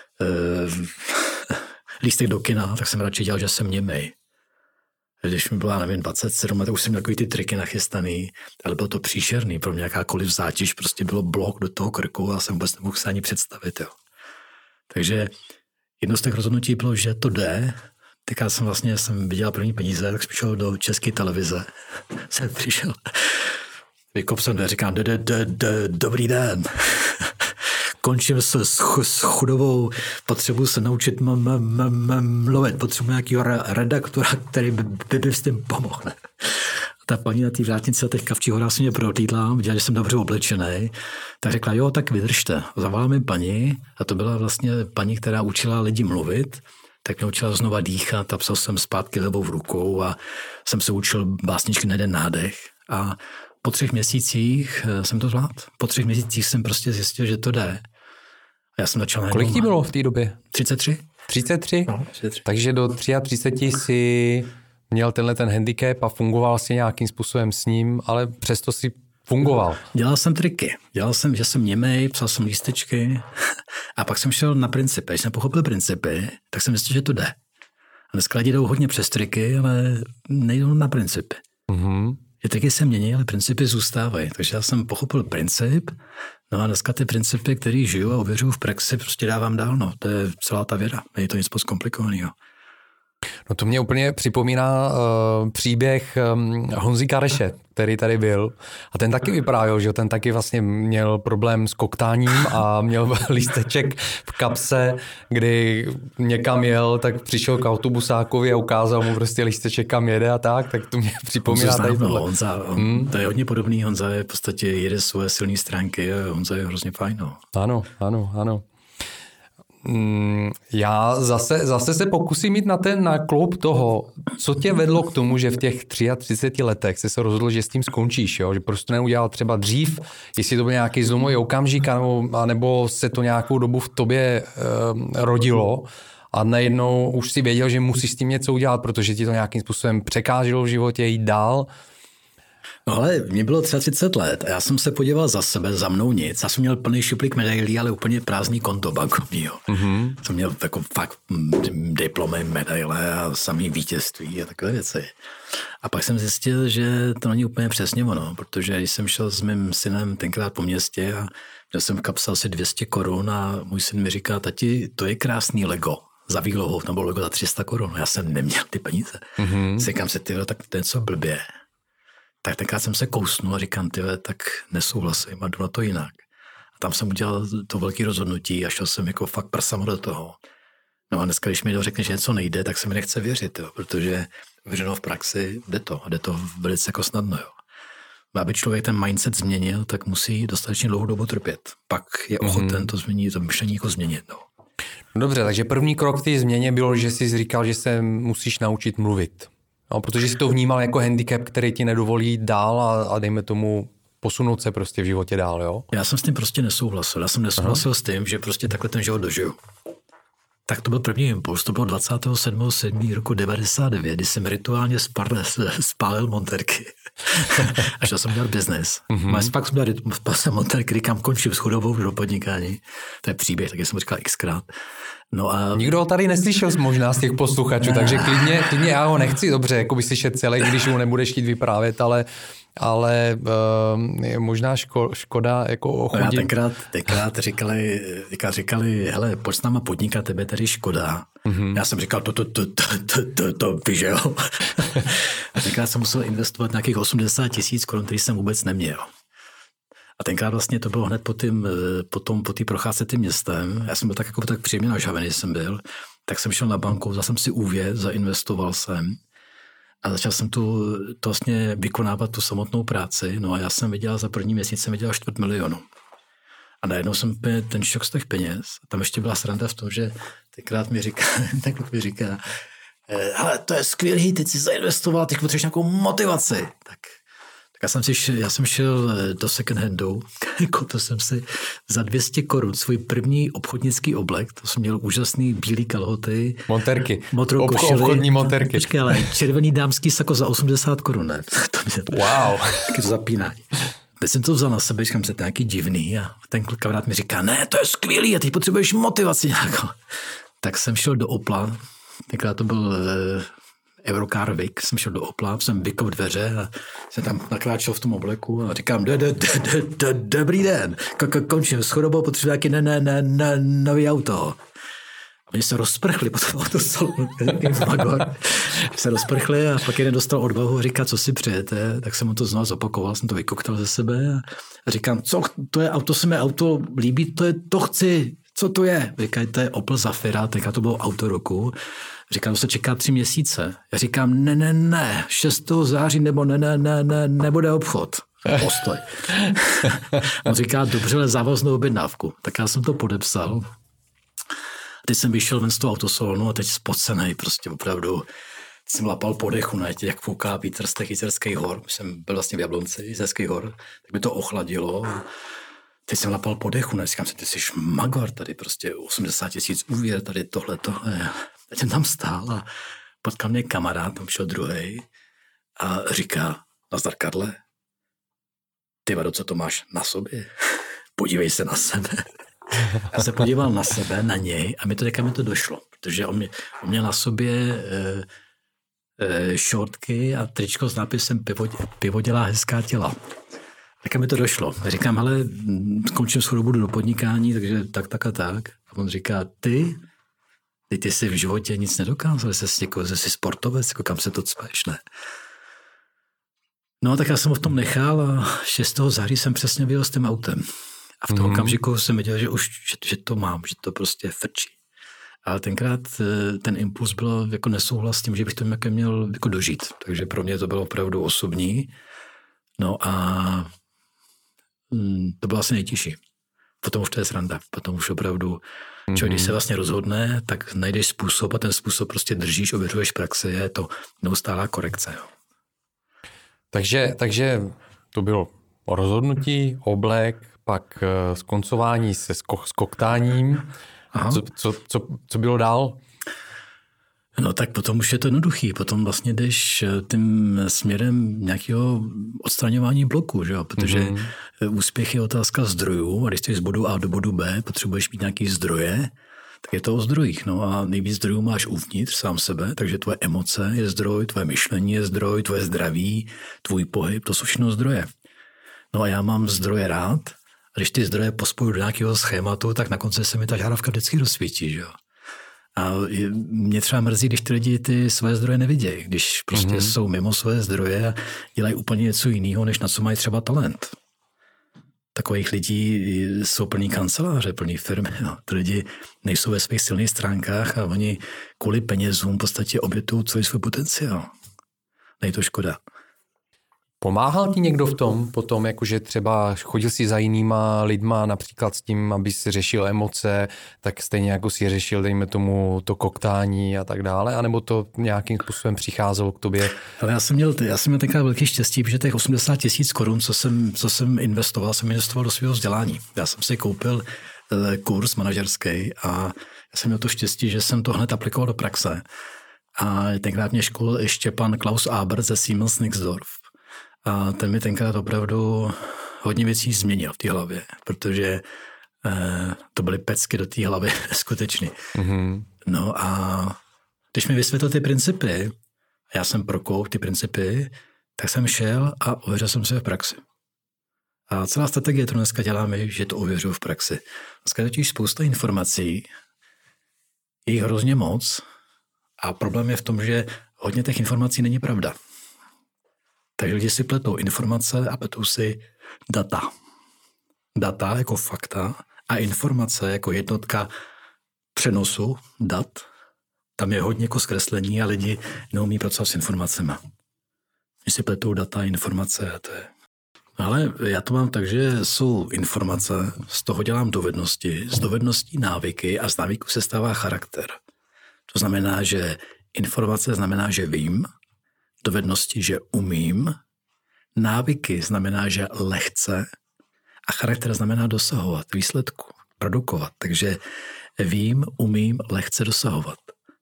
S2: lístek do kina, tak jsem radši dělal, že jsem němej. Když mi bylo, nevím, 27 let, už jsem měl takový ty triky nachystaný, ale bylo to příšerný. Pro mě jakákoliv zátěž prostě bylo blok do toho krku a jsem vůbec nemohl se ani představit. Jo. Takže jedno z těch rozhodnutí bylo, že to jde. Teďka jsem vydělal první peníze, tak jsem přišel do České televize. Jsem přišel, vykop jsem dveře, říkám, dobrý den. Končím s chudovou, potřebuji se naučit mluvit, potřebuji nějakého redaktora, který by s tím pomohl. Ta paní na té vrátnici a těch Kavčích horách se mě prohlídla, viděla, že jsem dobře oblečený, tak řekla, jo, tak vydržte. Zavolala mi paní a to byla vlastně paní, která učila lidi mluvit, tak mě učila znova dýchat a psal jsem zpátky levou rukou a jsem se učil básničky na jeden nádech a po 3 měsících jsem to zvládl. Po 3 měsících jsem prostě zjistil, že to jde. A já jsem začal najednou.
S1: Kolik ti bylo v té době?
S2: 33.
S1: 33?
S2: No, 33.
S1: Takže do 33 si měl ten handicap a fungoval si nějakým způsobem s ním, ale přesto si fungoval.
S2: Dělal jsem triky. Dělal jsem, že jsem němej, psal jsem lístečky a pak jsem šel na principy. Když jsem pochopil principy, tak jsem zjistil, že to jde. A dneska lidi jdou hodně přes triky, ale nejdou na principy. Mm-hmm. Že triky se mění, ale principy zůstávají. Takže já jsem pochopil princip, no a dneska ty principy, které žiju a ověřuju v praxi, prostě dávám dál. No. To je celá ta věda. Není to nic moc komplikovaného.
S1: No to mě úplně připomíná příběh Honzy Kareše, který tady byl. A ten taky vyprávěl, že ten taky vlastně měl problém s koktáním a měl lísteček v kapse, kdy někam jel, tak přišel k autobusákovi a ukázal mu prostě lísteček, kam jede a tak to mě připomíná tady tohle.
S2: Honza, to je hodně podobný. Honza je v podstatě jede svoje silné stránky a Honza je hrozně fajn. No.
S1: Ano. Já zase se pokusím jít na kloub toho, co tě vedlo k tomu, že v těch 33 letech jsi se rozhodl, že s tím skončíš, jo? Že prostě neudělal třeba dřív, jestli to byl nějaký zlomový okamžik, nebo se to nějakou dobu v tobě rodilo a najednou už si věděl, že musíš s tím něco udělat, protože ti to nějakým způsobem překáželo v životě jít dál.
S2: No ale mě bylo 33 let a já jsem se podíval za sebe, za mnou nic. Já jsem měl plný šuplík medailí, ale úplně prázdný konto bankovní. Mm-hmm. Jsem měl jako fakt diplomy, medaile a samý vítězství a takové věci. A pak jsem zjistil, že to není úplně přesně ono, protože když jsem šel s mým synem tenkrát po městě a měl jsem v kapse asi 200 korun a můj syn mi říká, tati, to je krásný Lego za výlohou, tam bylo logo za 300 korun. Já jsem neměl ty peníze. Říkám si, tyhle, tak to je něco blbě. Tak tenkrát jsem se kousnul a říkám, tyhle, tak nesouhlasím a jdu na to jinak. A tam jsem udělal to velké rozhodnutí a šel jsem jako fakt prsama do toho. No a dneska, když mi to řekne, že něco nejde, tak se mi nechce věřit, jo, protože věřeno v praxi jde to velice jako snadno. Jo. Aby člověk ten mindset změnil, tak musí dostatečně dlouhou dobu trpět. Pak je ochoten to změnit, to myšlení jako změnit. No.
S1: Dobře, takže první krok k té změně bylo, že jsi říkal, že se musíš naučit mluvit. No, protože jsi to vnímal jako handicap, který ti nedovolí dál a dejme tomu posunout se prostě v životě dál, jo?
S2: Já jsem s tím prostě nesouhlasil. Já jsem nesouhlasil s tím, že prostě takhle ten život dožiju. Tak to byl první impuls, to bylo 27.7. roku 99, kdy jsem rituálně spálil monterky. A šel jsem dělat biznes. Pak jsem dělal monterky, říkám, končím s chudobou do podnikání. To je příběh, tak jsem říkal xkrát. No a...
S1: Nikdo ho tady neslyšel možná z těch posluchačů, takže klidně já ho nechci dobře, jako by slyšet celý, když mu nebudeš chtít vyprávět, ale je možná škoda jako ochodit.
S2: No tenkrát říkali, hele, pojď s náma podnikat, tebe tady škoda. Já jsem říkal, to víš, jo. A tenkrát jsem musel investovat nějakých 80 000 korun, který jsem vůbec neměl. A tenkrát vlastně to bylo hned po té procházce tím městem. Já jsem byl tak příjemně nažhavený jsem byl, tak jsem šel na banku, vzal jsem si úvěr, zainvestoval jsem a začal jsem tu vlastně vykonávat tu samotnou práci. No a já jsem vydělal za první měsíc, jsem vydělal 250 000. A najednou jsem ten šok z těch peněz. A tam ještě byla sranda v tom, že tenkrát mi říká, ale to je skvělý, teď jsi zainvestoval, teď potřebuješ nějakou motivaci. Tak já jsem šel do second handu, koupil jsem si za 200 korun svůj první obchodnický oblek, to jsem měl úžasný bílý kalhoty.
S1: Monterky.
S2: Obchodní
S1: monterky.
S2: Počkej, ale červený dámský sako za 80 korun, ne?
S1: Wow.
S2: Taky to zapínání. Teď jsem to vzal na sebe, říkám se, to je nějaký divný a ten kamarád mi říká, ne, to je skvělý a teď potřebuješ motivaci nějakou. Tak jsem šel do Opla, tenkrát to byl Eurocar Vic, jsem šel do Opla, jsem vykop dveře a jsem tam nakráčel v tom obleku a říkám, dobrý den, končím s chorobou, potřebuji nějaký nový auto. A oni se rozprchli po tom autosalonu, se rozprchli a pak jeden dostal odvahu a říká, co si přejete, tak jsem mu to znovu zopakoval, jsem to vykoktal ze sebe a říkám, co to je auto, se mi auto líbí, to chci, co to je? Říkají, to je Opel Zafira, teďka to bylo auto roku. Říkám, to se čeká 3 měsíce. Já říkám, ne, 6. září nebo nebude obchod. Postoj. On říká, dobře, ale závaznou objednávku. Tak já jsem to podepsal. Teď jsem vyšel ven z toho autosalonu a teď spocenej, prostě opravdu. Jsem lapal po dechu, ne, jak fouká vítr z těch Jizerských hor. Jsem byl vlastně v Jablonci, Jizerských hor, tak by to ochladilo. Teď jsem lapal po dechu, ne, říkám si, ty jsi magor, tady prostě 80 000 úvěr, tady tohle. Teď jsem tam stál a potkal mě kamarád, tam šel druhej a říká, nazdar Karle, ty vado, co to máš na sobě? Podívej se na sebe. Já se podíval na sebe, na něj a mi to došlo, protože on měl na sobě šortky a tričko s nápisem pivo dělá hezká těla. Tak mi to došlo. Já říkám, hele, skončím schodu, budu do podnikání, takže tak a tak. A on říká, ty jsi v životě nic nedokázal, jsi sportovec, jako kam se to cpeš, ne? No, tak já jsem ho v tom nechal a 6. září jsem přesně vyjel s tím autem. A v tom okamžiku jsem viděl, že to mám, že to prostě frčí. Ale tenkrát ten impuls byl jako nesouhlas s tím, že bych to měl jako dožít. Takže pro mě to bylo opravdu osobní. No a to bylo asi nejtěžší. Potom už to je sranda. Potom už opravdu člověk, když se vlastně rozhodne, tak najdeš způsob a ten způsob prostě držíš, ověřuješ praxi, je to neustálá korekce. Jo.
S1: Takže to bylo rozhodnutí, oblek, pak skoncování se skoktáním. Co bylo dál?
S2: No tak potom už je to jednoduchý. Potom vlastně jdeš tím směrem nějakého odstraňování bloku, že jo? Protože úspěch je otázka zdrojů a když jsi z bodu A do bodu B, potřebuješ mít nějaký zdroje, tak je to o zdrojích. No a nejvíc zdrojů máš uvnitř sám sebe, takže tvoje emoce je zdroj, tvoje myšlení je zdroj, tvoje zdraví, tvůj pohyb, to jsou všechno zdroje. No a já mám zdroje rád a když ty zdroje pospoju do nějakého schématu, tak na konci se mi ta žárovka vždycky rozsvítí, že jo? A mě třeba mrzí, když ty lidi ty své zdroje nevidějí, když prostě jsou mimo své zdroje a dělají úplně něco jiného, než na co mají třeba talent. Takových lidí jsou plný kanceláře, plný firmy. No. Ty lidi nejsou ve svých silných stránkách a oni kvůli penězům v podstatě obětují celý svůj potenciál. Není to škoda.
S1: Pomáhal ti někdo v tom potom, jakože třeba chodil si za jinýma lidma, například s tím, aby si řešil emoce, tak stejně jako si řešil, dejme tomu, to koktání a tak dále, anebo to nějakým způsobem přicházelo k tobě?
S2: Ale já jsem měl tenkrát velký štěstí, protože těch 80 000 korun, co jsem investoval do svého vzdělání. Já jsem si koupil kurz manažerský a já jsem měl to štěstí, že jsem to hned aplikoval do praxe. A tenkrát mě školil ještě pan Klaus Aber ze Siemens Nixdorf. A ten mi tenkrát opravdu hodně věcí změnil v té hlavě, protože to byly pecky do té hlavy skutečně. Mm-hmm. No a když mi vysvětlil ty principy, a já jsem prokoup ty principy, tak jsem šel a ověřil jsem se v praxi. A celá strategie, kterou dneska děláme, že to ověřuju v praxi. Dneska je totiž spousta informací, je jich hrozně moc a problém je v tom, že hodně těch informací není pravda. Takže lidi si pletou informace a pletou si data. Data jako fakta a informace jako jednotka přenosu dat. Tam je hodně jako zkreslení a lidi neumí pracovat s informacemi. Když si pletou data a informace a to je... Ale já to mám tak, že jsou informace, z toho dělám dovednosti, z dovedností návyky a z návyků se stává charakter. To znamená, že informace znamená, že vím, dovednosti, že umím, návyky znamená, že lehce a charakter znamená dosahovat výsledku, produkovat. Takže vím, umím, lehce dosahovat.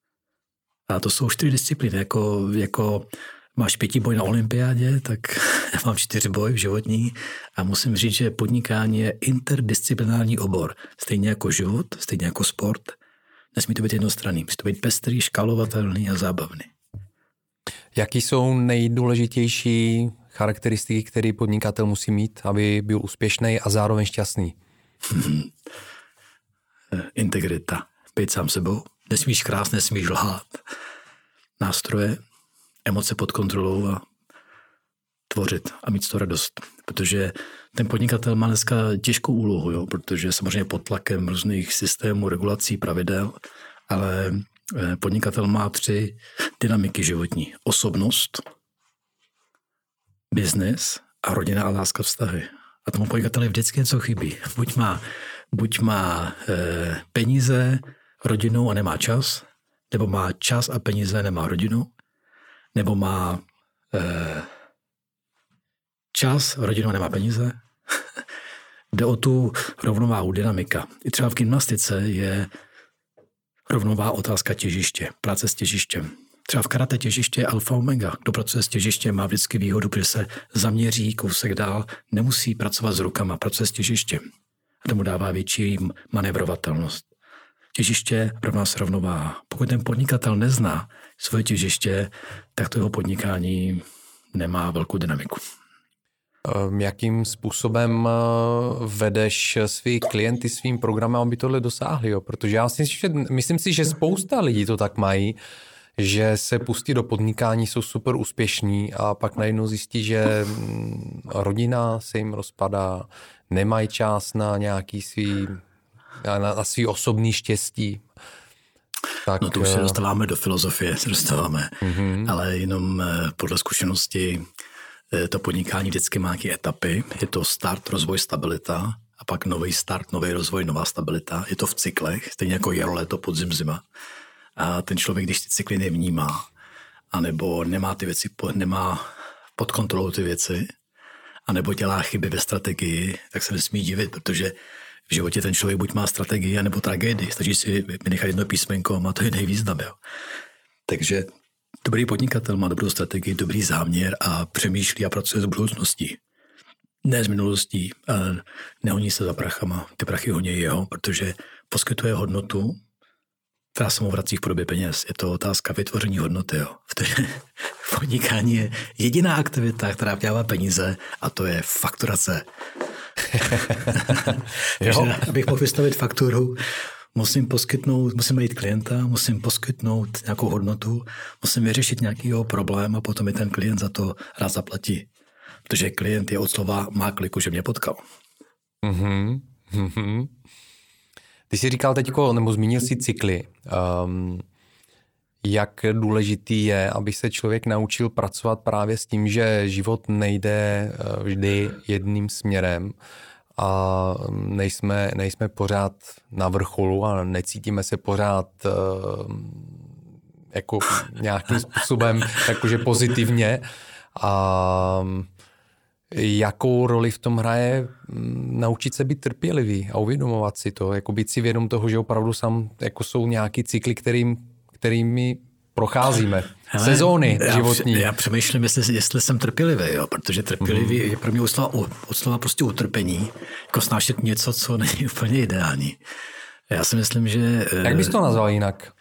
S2: A to jsou 4 disciplíny. Jako máš 5boj na olympiádě, tak mám 4boj v životní a musím říct, že podnikání je interdisciplinární obor. Stejně jako život, stejně jako sport. Nesmí to být jednostranný. Musí to být pestrý, škálovatelný a zábavný.
S1: Jaký jsou nejdůležitější charakteristiky, které podnikatel musí mít, aby byl úspěšný a zároveň šťastný?
S2: Integrita. Být sám sebou. Nesmíš krást, nesmíš lhát. Nástroje, emoce pod kontrolou a tvořit a mít z toho radost. Protože ten podnikatel má dneska těžkou úlohu, jo? Protože samozřejmě pod tlakem různých systémů, regulací, pravidel, ale podnikatel má 3 dynamiky životní. Osobnost, biznes a rodina a láska vztahy. A tomu podnikateli vždycky něco chybí. Buď má peníze, rodinu a nemá čas, nebo má čas a peníze, nemá rodinu, nebo má čas, rodinu a nemá peníze. Jde o tu rovnováhu, dynamika. I třeba v gymnastice je rovnováha otázka těžiště, práce s těžištěm. Třeba v karate těžiště je alfa omega. Kdo pracuje s těžištěm, má vždycky výhodu, protože se zaměří kousek dál, nemusí pracovat s rukama, pracuje s těžištěm. A tomu dává větší manévrovatelnost. Těžiště rovná se rovnováha. Pokud ten podnikatel nezná svoje těžiště, tak to jeho podnikání nemá velkou dynamiku.
S1: Jakým způsobem vedeš svý klienty svým programem, aby tohle dosáhli? Jo? Protože já myslím si, že spousta lidí to tak mají, že se pustí do podnikání, jsou super úspěšní a pak najednou zjistí, že rodina se jim rozpadá, nemají čas na nějaký na svý osobní štěstí. Tak,
S2: no to už se dostáváme do filozofie, ale jenom podle zkušenosti to podnikání vždycky má nějaké etapy. Je to start, rozvoj, stabilita a pak nový start, nový rozvoj, nová stabilita. Je to v cyklech, stejně jako jaro, léto, podzim, zima. A ten člověk, když ty cykly nevnímá, anebo nemá ty věci, nemá pod kontrolou ty věci, anebo dělá chyby ve strategii, tak se nesmí divit, protože v životě ten člověk buď má strategii, anebo tragédii. Stačí si vynechat jedno písmenko a má to jiný význam. Jo. Takže dobrý podnikatel má dobrou strategii, dobrý záměr a přemýšlí a pracuje s budoucností. Ne s minulostí a nehoní se za prachama. Ty prachy honí jeho, protože poskytuje hodnotu, která se mu vrací v podobě peněz. Je to otázka vytvoření hodnoty. Jo. Podnikání je jediná aktivita, která vydělává peníze a to je fakturace. Takže abych mohl vystavit fakturu, musím najít klienta, musím poskytnout nějakou hodnotu, musím vyřešit nějaký problém a potom mi ten klient za to rád zaplatí. Protože klient je od slova má kliku, že mě potkal.
S1: Ty jsi říkal teďko, nebo zmínil si cykly. Jak důležitý je, aby se člověk naučil pracovat právě s tím, že život nejde vždy jedným směrem a nejsme pořád na vrcholu a necítíme se pořád jako nějakým způsobem jakože pozitivně. A jakou roli v tom hraje naučit se být trpělivý a uvědomovat si to, jako být si vědom toho, že opravdu jako jsou nějaký cykly, kterými procházíme. Sezóny životní.
S2: Já přemýšlím, jestli jsem trpělivý, jo, protože trpělivý je pro mě od slova prostě utrpení, jako snášet něco, co není úplně ideální. Já si myslím, že...
S1: Jak bys to nazval jinak?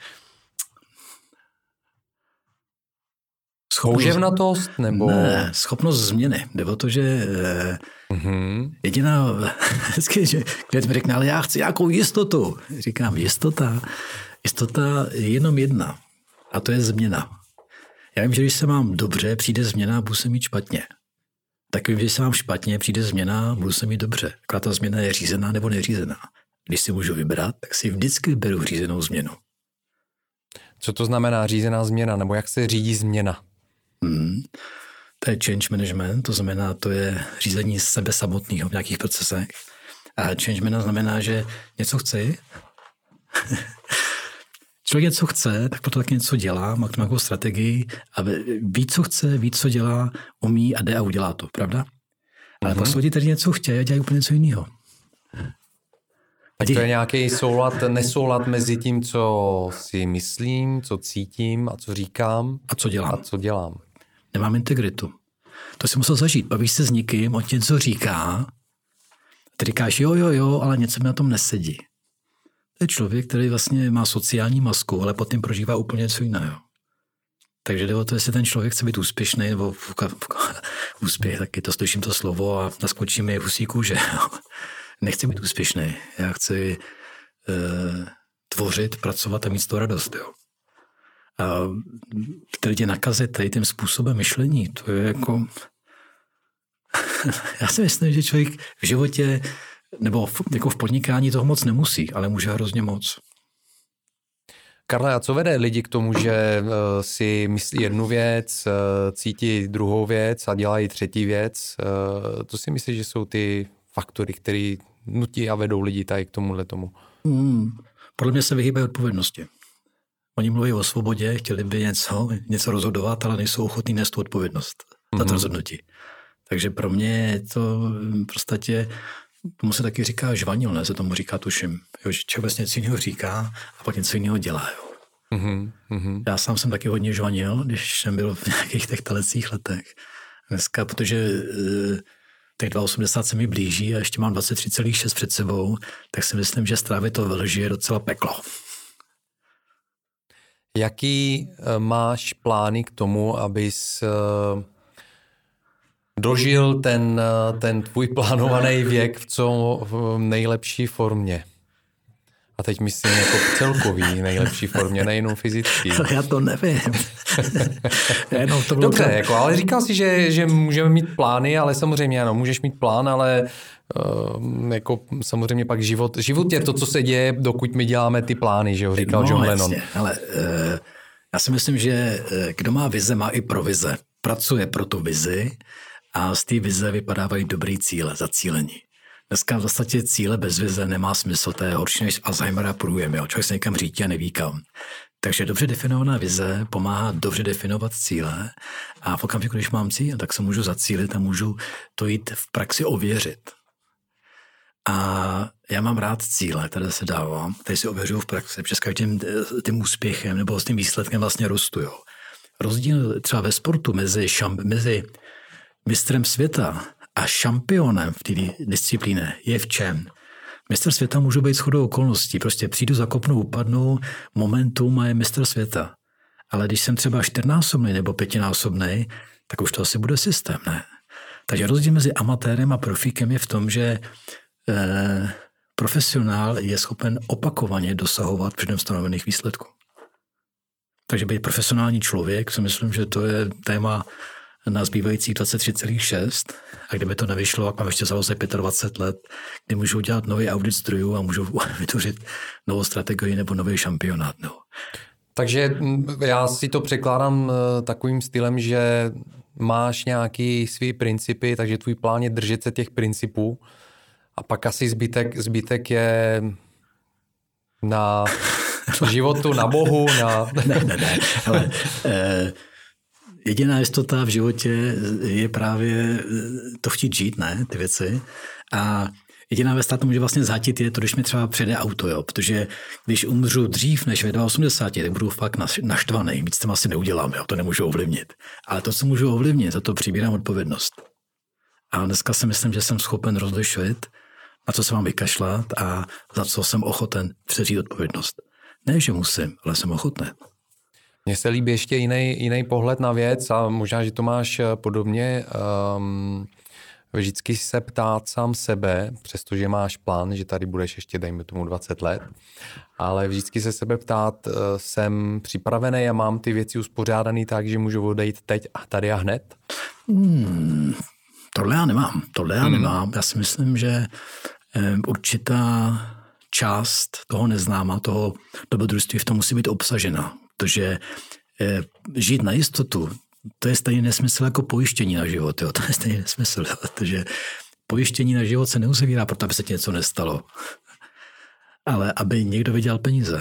S1: Houževnatost nebo...
S2: Ne, schopnost změny. Jde o to, že jediná... že klient mi řekne, ale já chci nějakou jistotu. Říkám, jistota je jenom jedna. A to je změna. Já vím, že když se mám dobře, přijde změna, budu se mít špatně. Tak vím, že když se mám špatně, přijde změna, budu se mít dobře. Jaká ta změna je řízená nebo neřízená. Když si můžu vybrat, tak si vždycky beru řízenou změnu.
S1: Co to znamená řízená změna? Nebo jak se řídí změna?
S2: To je change management, to znamená, to je řízení sebe samotného v nějakých procesech. A change management znamená, že něco chci, člověk něco chce, tak proto taky něco dělá, má nějakou strategii a ví, co chce, ví, co dělá, umí a jde a udělá to, pravda? Ale pak lidi tady něco chtějí a dělají úplně něco jiného.
S1: Tak to je nějaký nesoulad mezi tím, co si myslím, co cítím a co říkám.
S2: A co dělám. Nemám integritu. To si musel zažít. Bavíš se s někým, on ti něco říká, ty říkáš jo, ale něco mi na tom nesedí. To je člověk, který vlastně má sociální masku, ale potom prožívá úplně něco jiného. Takže jde o to, jestli ten člověk chce být úspěšný, nebo úspěch, taky to slyším to slovo a naskočí mi husíku, že nechci být úspěšný. Já chci tvořit, pracovat a mít z toho radost. Jo. A který tě nakazit tady tím způsobem myšlení, to je jako... Já si myslím, že člověk v životě nebo jako v podnikání toho moc nemusí, ale může hrozně moc.
S1: Karle, a co vede lidi k tomu, že si myslí jednu věc, cítí druhou věc a dělají třetí věc? To si myslíš, že jsou ty faktory, které nutí a vedou lidi tady k tomuhle tomu?
S2: Podle mě se vyhýbají odpovědnosti. Oni mluví o svobodě, chtěli by něco rozhodovat, ale nejsou ochotní nést tu odpovědnost za to rozhodnutí. Takže pro mě je to v podstatě, tomu se taky říká žvanil, ne? Se tomu říká, tuším. Jo, že člověk vlastně něco jiného říká a pak něco jiného dělá. Jo. Já sám jsem taky hodně žvanil, když jsem byl v nějakých těch telecích letech. Dneska, protože těch 2,80 se mi blíží a ještě mám 23,6 před sebou, tak si myslím, že strávit to ve lži je docela peklo.
S1: Jaký máš plány k tomu, abys dožil ten tvůj plánovaný věk v co nejlepší formě? A teď myslím jako v celkový nejlepší formě, nejenom fyzický.
S2: Já to nevím.
S1: Dobře, jako, ale říkal jsi, že můžeme mít plány, ale samozřejmě ano, můžeš mít plán, ale jako samozřejmě pak život je to, co se děje, dokud my děláme ty plány, že ho říkal John Lennon.
S2: Ale já si myslím, že kdo má vize, má i provize. Pracuje pro tu vizi a z té vize vypadávají dobrý cíle, zacílení. Dneska v podstatě cíle bez vize nemá smysl, to je horší než Alzheimera průjem, jo. Člověk se někam řítí a neví kam. Takže dobře definovaná vize pomáhá dobře definovat cíle a v okamžiku, když mám cíl, tak se můžu zacílit a můžu to jít v praxi ověřit. A já mám rád cíle, které se dávám, které si ověřuju v praxi, protože tím úspěchem nebo s tím výsledkem vlastně rostu. Jo. Rozdíl třeba ve sportu mezi mistrem světa a šampionem v té disciplíně je v čem? Mistr světa můžu být shodou okolností. Prostě přijdu, zakopnu, upadnu, momentum a je mistr světa. Ale když jsem třeba 4násobný nebo 5násobný, tak už to asi bude systém, ne? Takže rozdíl mezi amatérem a profíkem je v tom, že profesionál je schopen opakovaně dosahovat předem stanovených výsledků. Takže být profesionální člověk, si myslím, že to je téma na zbývajících 23,6 a kdyby to nevyšlo, jak mám ještě za 25 let, kdy můžu udělat nový audit zdrojů a můžu vytvořit novou strategii nebo nový šampionát. No.
S1: Takže já si to překládám takovým stylem, že máš nějaký svý principy, takže tvůj plán je držet se těch principů a pak asi zbytek je na životu, na Bohu, na...
S2: Ne. Ale, jediná jistota v životě je právě to chtít žít, ne, ty věci. A jediná věc, která to může vlastně zhatit, je to, když mi třeba přijede auto, jo, protože když umřu dřív než ve 82, tak budu fakt naštvaný, víc tam asi neudělám, jo, to nemůžu ovlivnit. Ale to, co můžu ovlivnit, za to přibírám odpovědnost. A dneska si myslím, že jsem schopen rozlišovat, na co se mám vykašlat a za co jsem ochoten převzít odpovědnost. Ne, že musím, ale jsem ochoten.
S1: Mně se líbí ještě jiný pohled na věc a možná, že to máš podobně. Vždycky se ptát sám sebe, přestože máš plán, že tady budeš ještě, dejme tomu 20 let, ale vždycky se sebe ptát, jsem připravený a mám ty věci uspořádaný tak, že můžu odejít teď a tady a hned?
S2: Tohle já nemám. Já si myslím, že určitá část toho neznáma, toho dobrodružství v tom musí být obsažena. Protože žít na jistotu, to je stejný nesmysl jako pojištění na život. Jo? To je stejný nesmysl, protože pojištění na život se neuzavírá, proto aby se ti něco nestalo. Ale aby někdo vydělal peníze.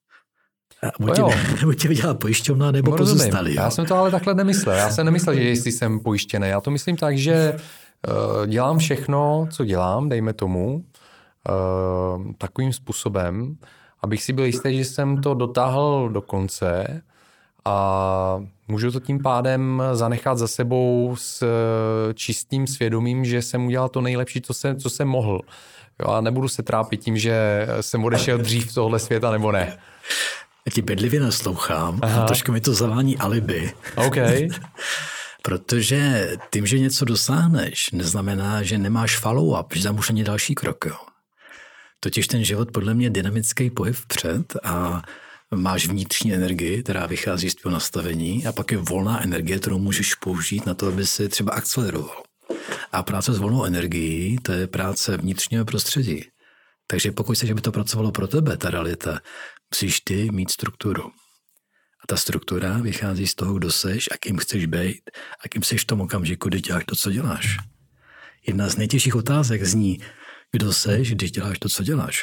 S2: Buď tě vydělal pojišťovna, nebo pozůstalý.
S1: Já jsem to ale takhle nemyslel. Já jsem nemyslel, že jestli jsem pojištěný. Já to myslím tak, že dělám všechno, co dělám, dejme tomu, takovým způsobem, abych si byl jistý, že jsem to dotáhl do konce a můžu to tím pádem zanechat za sebou s čistým svědomím, že jsem udělal to nejlepší, co jsem mohl. Jo, a nebudu se trápit tím, že jsem odešel dřív z tohohle světa, nebo ne.
S2: Já ti bedlivě naslouchám a trošku mi to zavání alibi.
S1: Okay.
S2: Protože tím, že něco dosáhneš, neznamená, že nemáš follow-up, že tam už ani další krok. Jo. Totiž ten život podle mě je dynamický pohyb vpřed a máš vnitřní energii, která vychází z tvého nastavení a pak je volná energie, kterou můžeš použít na to, aby si třeba akceleroval. A práce s volnou energií, to je práce vnitřního prostředí. Takže pokud chceš, aby to pracovalo pro tebe, ta realita, musíš ty mít strukturu. A ta struktura vychází z toho, kdo seš a kým chceš být a kým seš v tom okamžiku, kdy děláš to, co děláš. Jedna z nejtěžších otázek zní, kdo seš, když děláš to, co děláš.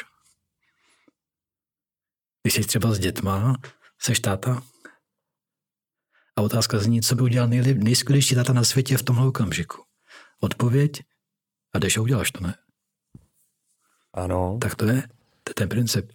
S2: Když jsi třeba s dětma, seš táta? A otázka zní, co by udělal nejskvělejší táta na světě v tomhle okamžiku. Odpověď a jdeš a uděláš to, ne?
S1: Ano.
S2: Tak to je ten princip.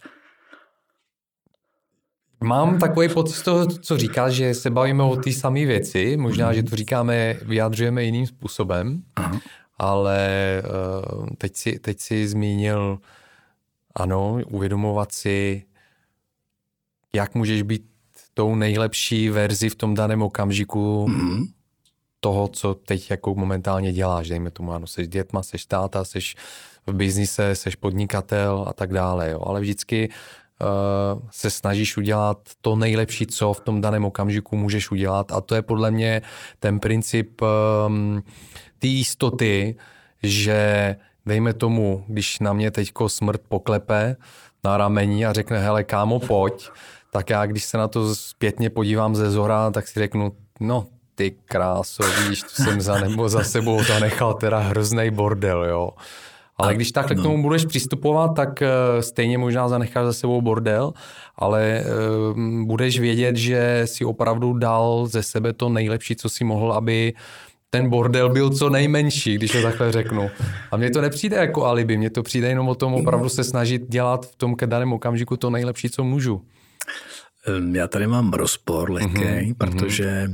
S1: Mám takový pocit z toho, co říkáš, že se bavíme o té samé věci. Možná, že to vyjadřujeme jiným způsobem. Aha. Ale teď si zmínil, ano, uvědomovat si, jak můžeš být tou nejlepší verzi v tom daném okamžiku toho, co teď jako momentálně děláš. Dejme tomu, ano, seš dětma, seš táta, seš v biznise, seš podnikatel a tak dále. Jo. Ale vždycky se snažíš udělat to nejlepší, co v tom daném okamžiku můžeš udělat. A to je podle mě ten princip té jistoty, že dejme tomu, když na mě teďko smrt poklepe na rameni a řekne, hele kámo, pojď, tak já když se na to zpětně podívám ze zhora, tak si řeknu, no ty kráso, víš, to jsem za sebou zanechal teda hroznej bordel, jo. Ale když takhle k tomu budeš přistupovat, tak stejně možná zanecháš za sebou bordel, ale budeš vědět, že si opravdu dal ze sebe to nejlepší, co si mohl, aby ten bordel byl co nejmenší, když to takhle řeknu. A mně to nepřijde jako alibi, mně to přijde jenom o tom opravdu se snažit dělat v tom daném okamžiku to nejlepší, co můžu.
S2: Já tady mám rozpor lehkej, protože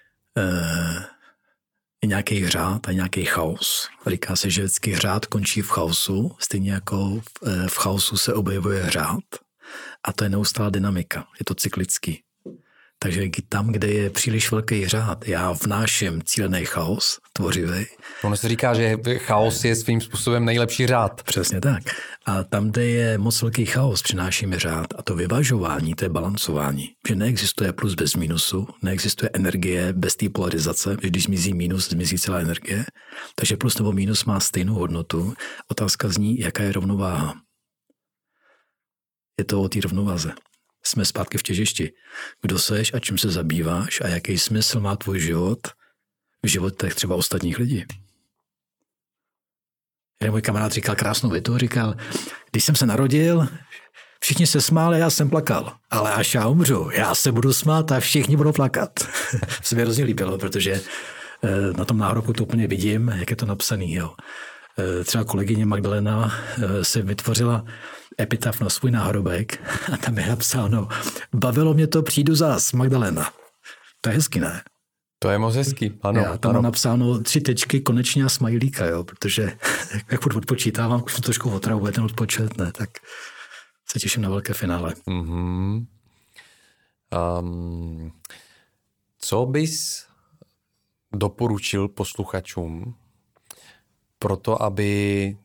S2: je nějaký řád a nějaký chaos. Říká se, že vždycky řád končí v chaosu, stejně jako v chaosu se objevuje řád. A to je neustálá dynamika, je to cyklický. Takže tam, kde je příliš velký řád, já vnáším cílený chaos, tvořivý.
S1: Ono se říká, že chaos je svým způsobem nejlepší řád.
S2: Přesně tak. A tam, kde je moc velký chaos, přinášíme řád. A to vyvažování, to je balancování. Že neexistuje plus bez mínusu, neexistuje energie bez té polarizace, když zmizí mínus, zmizí celá energie. Takže plus nebo mínus má stejnou hodnotu. Otázka zní, jaká je rovnováha. Je to o té rovnováze. Jsme zpátky v těžišti. Kdo seš a čím se zabýváš a jaký smysl má tvůj život v životech třeba ostatních lidí. Jeden můj kamarád říkal krásnou větu, říkal, když jsem se narodil, všichni se smáli, já jsem plakal. Ale až já umřu, já se budu smát a všichni budou plakat. Se mi hrozně líbilo, protože na tom náhrobu to úplně vidím, jak je to napsaný. Jo. Třeba kolegyně Magdalena si vytvořila epitaf na svůj náhrobek a tam je napsáno, bavilo mě to, přijdu zás, Magdalena. To je hezky, ne?
S1: To je moc hezký, ano.
S2: Já tam mám napsáno 3 tečky konečně a smajlíka, jo, protože jak budu odpočítávám, už jsem trošku otravu, ten odpočet, ne, tak se těším na velké finále.
S1: Mm-hmm. Co bys doporučil posluchačům proto, aby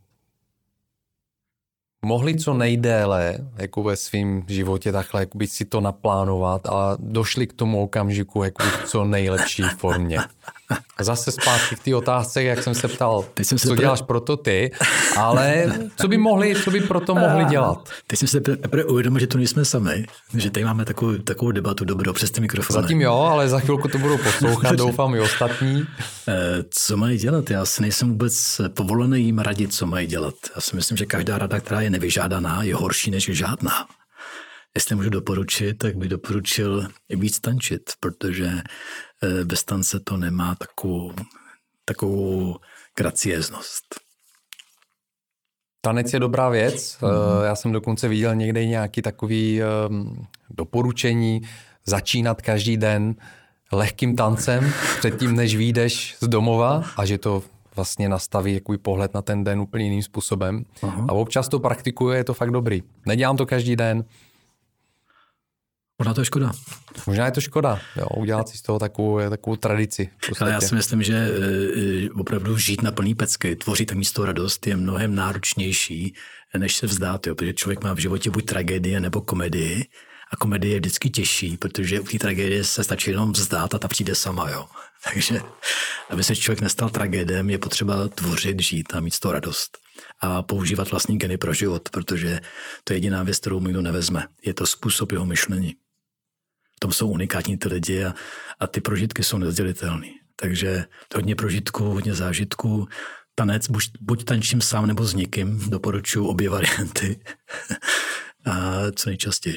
S1: mohli co nejdéle jako ve svém životě takhle jakoby si to naplánovat a došli k tomu okamžiku jako v co nejlepší formě. A zase zpátky k té otázce, jak jsem se ptal, co děláš proto ty, ale co by proto mohli dělat?
S2: Teď jsem se uvědomil, že tu nejsme sami, že tady máme takovou debatu dobrou přes ty mikrofony.
S1: Zatím jo, ale za chvilku to budou poslouchat, doufám i ostatní.
S2: Co mají dělat? Já si nejsem vůbec povolený jim radit, co mají dělat. Já si myslím, že každá rada, která je nevyžádaná, je horší než žádná. Jestli můžu doporučit, tak bych doporučil víc tančit, protože bez tance to nemá takovou gracieznost.
S1: Tanec je dobrá věc. Já jsem dokonce viděl někde nějaký takový doporučení začínat každý den lehkým tancem předtím, než vyjdeš z domova a že to vlastně nastaví jaký pohled na ten den úplně jiným způsobem. Aha. A občas to praktikuju, je to fakt dobrý. Nedělám to každý den.
S2: Možná to je škoda.
S1: Možná je to škoda, jo, udělat si z toho takovou tradici.
S2: Ale já si myslím, že opravdu žít na plný pecky, tvořit místo radost je mnohem náročnější, než se vzdát, jo, protože člověk má v životě buď tragédie nebo komedii a komedie je vždycky těžší, protože u té tragédie se stačí jenom vzdát a ta přijde sama, jo. Takže aby se člověk nestal tragédem, je potřeba tvořit, žít a mít z toho radost. A používat vlastní geny pro život, protože to je jediná věc, kterou nikdo nevezme. Je to způsob jeho myšlení. V tom jsou unikátní ty lidi a ty prožitky jsou nezdělitelné. Takže hodně prožitků, hodně zážitků. Tanec, buď tančím sám nebo s někým, doporučuji obě varianty. A co nejčastěji.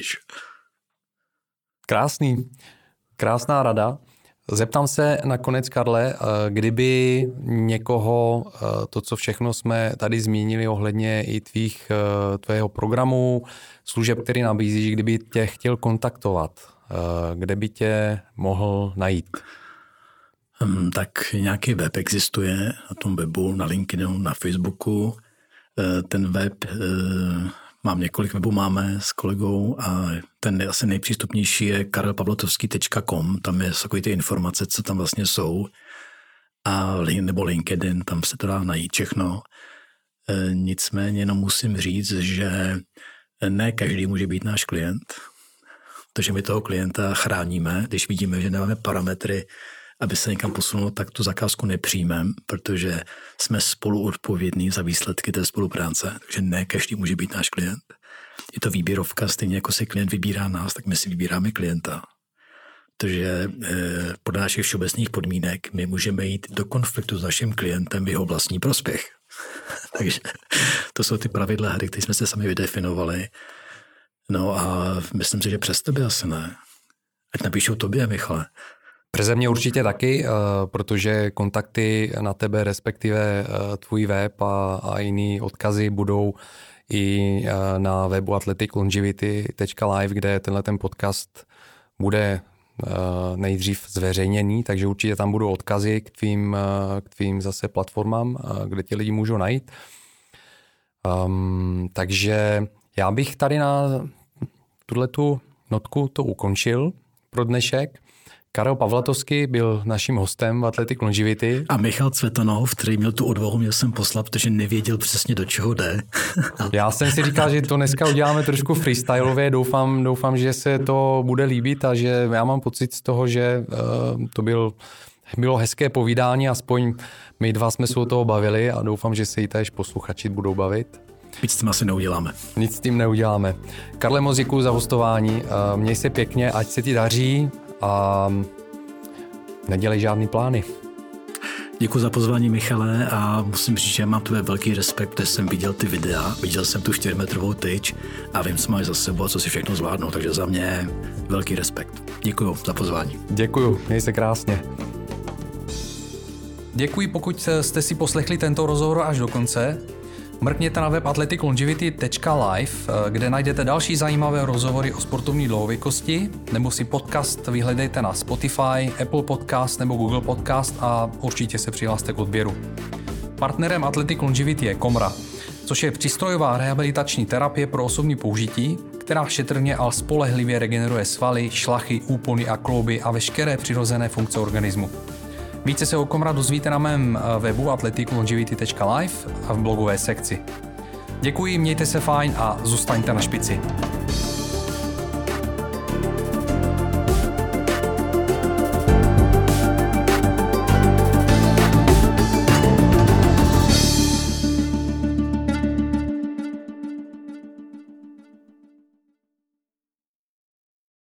S1: Krásná rada. Zeptám se nakonec, Karle, kdyby někoho, to, co všechno jsme tady zmínili ohledně i tvého programu, služeb, který nabízíš, kdyby tě chtěl kontaktovat, kde by tě mohl najít?
S2: Tak nějaký web existuje na tom webu, na LinkedInu, na Facebooku. Ten web, mám několik webů, máme s kolegou a ten asi nejpřístupnější je karelpavlatovský.com, tam je takové ty informace, co tam vlastně jsou. Nebo LinkedIn, tam se to dá najít všechno. Nicméně jenom musím říct, že ne každý může být náš klient, protože my toho klienta chráníme, když vidíme, že nemáme parametry, aby se někam posunul, tak tu zakázku nepřijmeme, protože jsme spolu odpovědní za výsledky té spolupráce, takže ne každý může být náš klient. Je to výběrovka, stejně jako si klient vybírá nás, tak my si vybíráme klienta. Protože podle našich všeobecných podmínek my můžeme jít do konfliktu s naším klientem v jeho vlastní prospěch. Takže to jsou ty pravidla hry, které jsme se sami vydefinovali. No a myslím si, že přes tebe asi ne. Ať napíšou tobě, Michale.
S1: Přeze mě určitě taky, protože kontakty na tebe, respektive tvůj web a jiný odkazy budou i na webu athleticlongevity.live, kde tenhle ten podcast bude nejdřív zveřejněný, takže určitě tam budou odkazy k tvým zase platformám, kde ti lidi můžou najít. Takže já bych tady na tuhletu notku to ukončil, pro dnešek. Karel Pavlatovský byl naším hostem v Athletic Longevity.
S2: A Michal Cvetanov, který měl tu odvahu, měl jsem poslat, protože nevěděl přesně, do čeho jde.
S1: Já jsem si říkal, že to dneska uděláme trošku freestylově. Doufám, že se to bude líbit a že já mám pocit z toho, že to bylo hezké povídání, aspoň my dva jsme se o toho bavili a doufám, že se i též posluchači budou bavit.
S2: Nic s tím asi neuděláme.
S1: Nic s tím neuděláme. Karle, moc děkuju za hostování. Měj se pěkně, ať se ti daří a nedělej žádný plány.
S2: Děkuji za pozvání, Michale, a musím říct, že mám tebe velký respekt, protože jsem viděl ty videa, viděl jsem tu 4metrovou tyč a vím, co máš za sebou a co si všechno zvládnu, takže za mě velký respekt. Děkuji za pozvání.
S1: Děkuju, měj se krásně.
S3: Děkuji, pokud jste si poslechli tento rozhovor až do konce. Mrkněte na web athleticlongevity.live, kde najdete další zajímavé rozhovory o sportovní dlouhověkosti, nebo si podcast vyhledejte na Spotify, Apple Podcast nebo Google Podcast a určitě se přihlaste k odběru. Partnerem Athletic Longevity je Komra, což je přístrojová rehabilitační terapie pro osobní použití, která šetrně a spolehlivě regeneruje svaly, šlachy, úpony a klouby a veškeré přirozené funkce organismu. Více se o Komra dozvíte na mém webu athleticlongevity.live a v blogové sekci. Děkuji, mějte se fajn a zůstaňte na špici.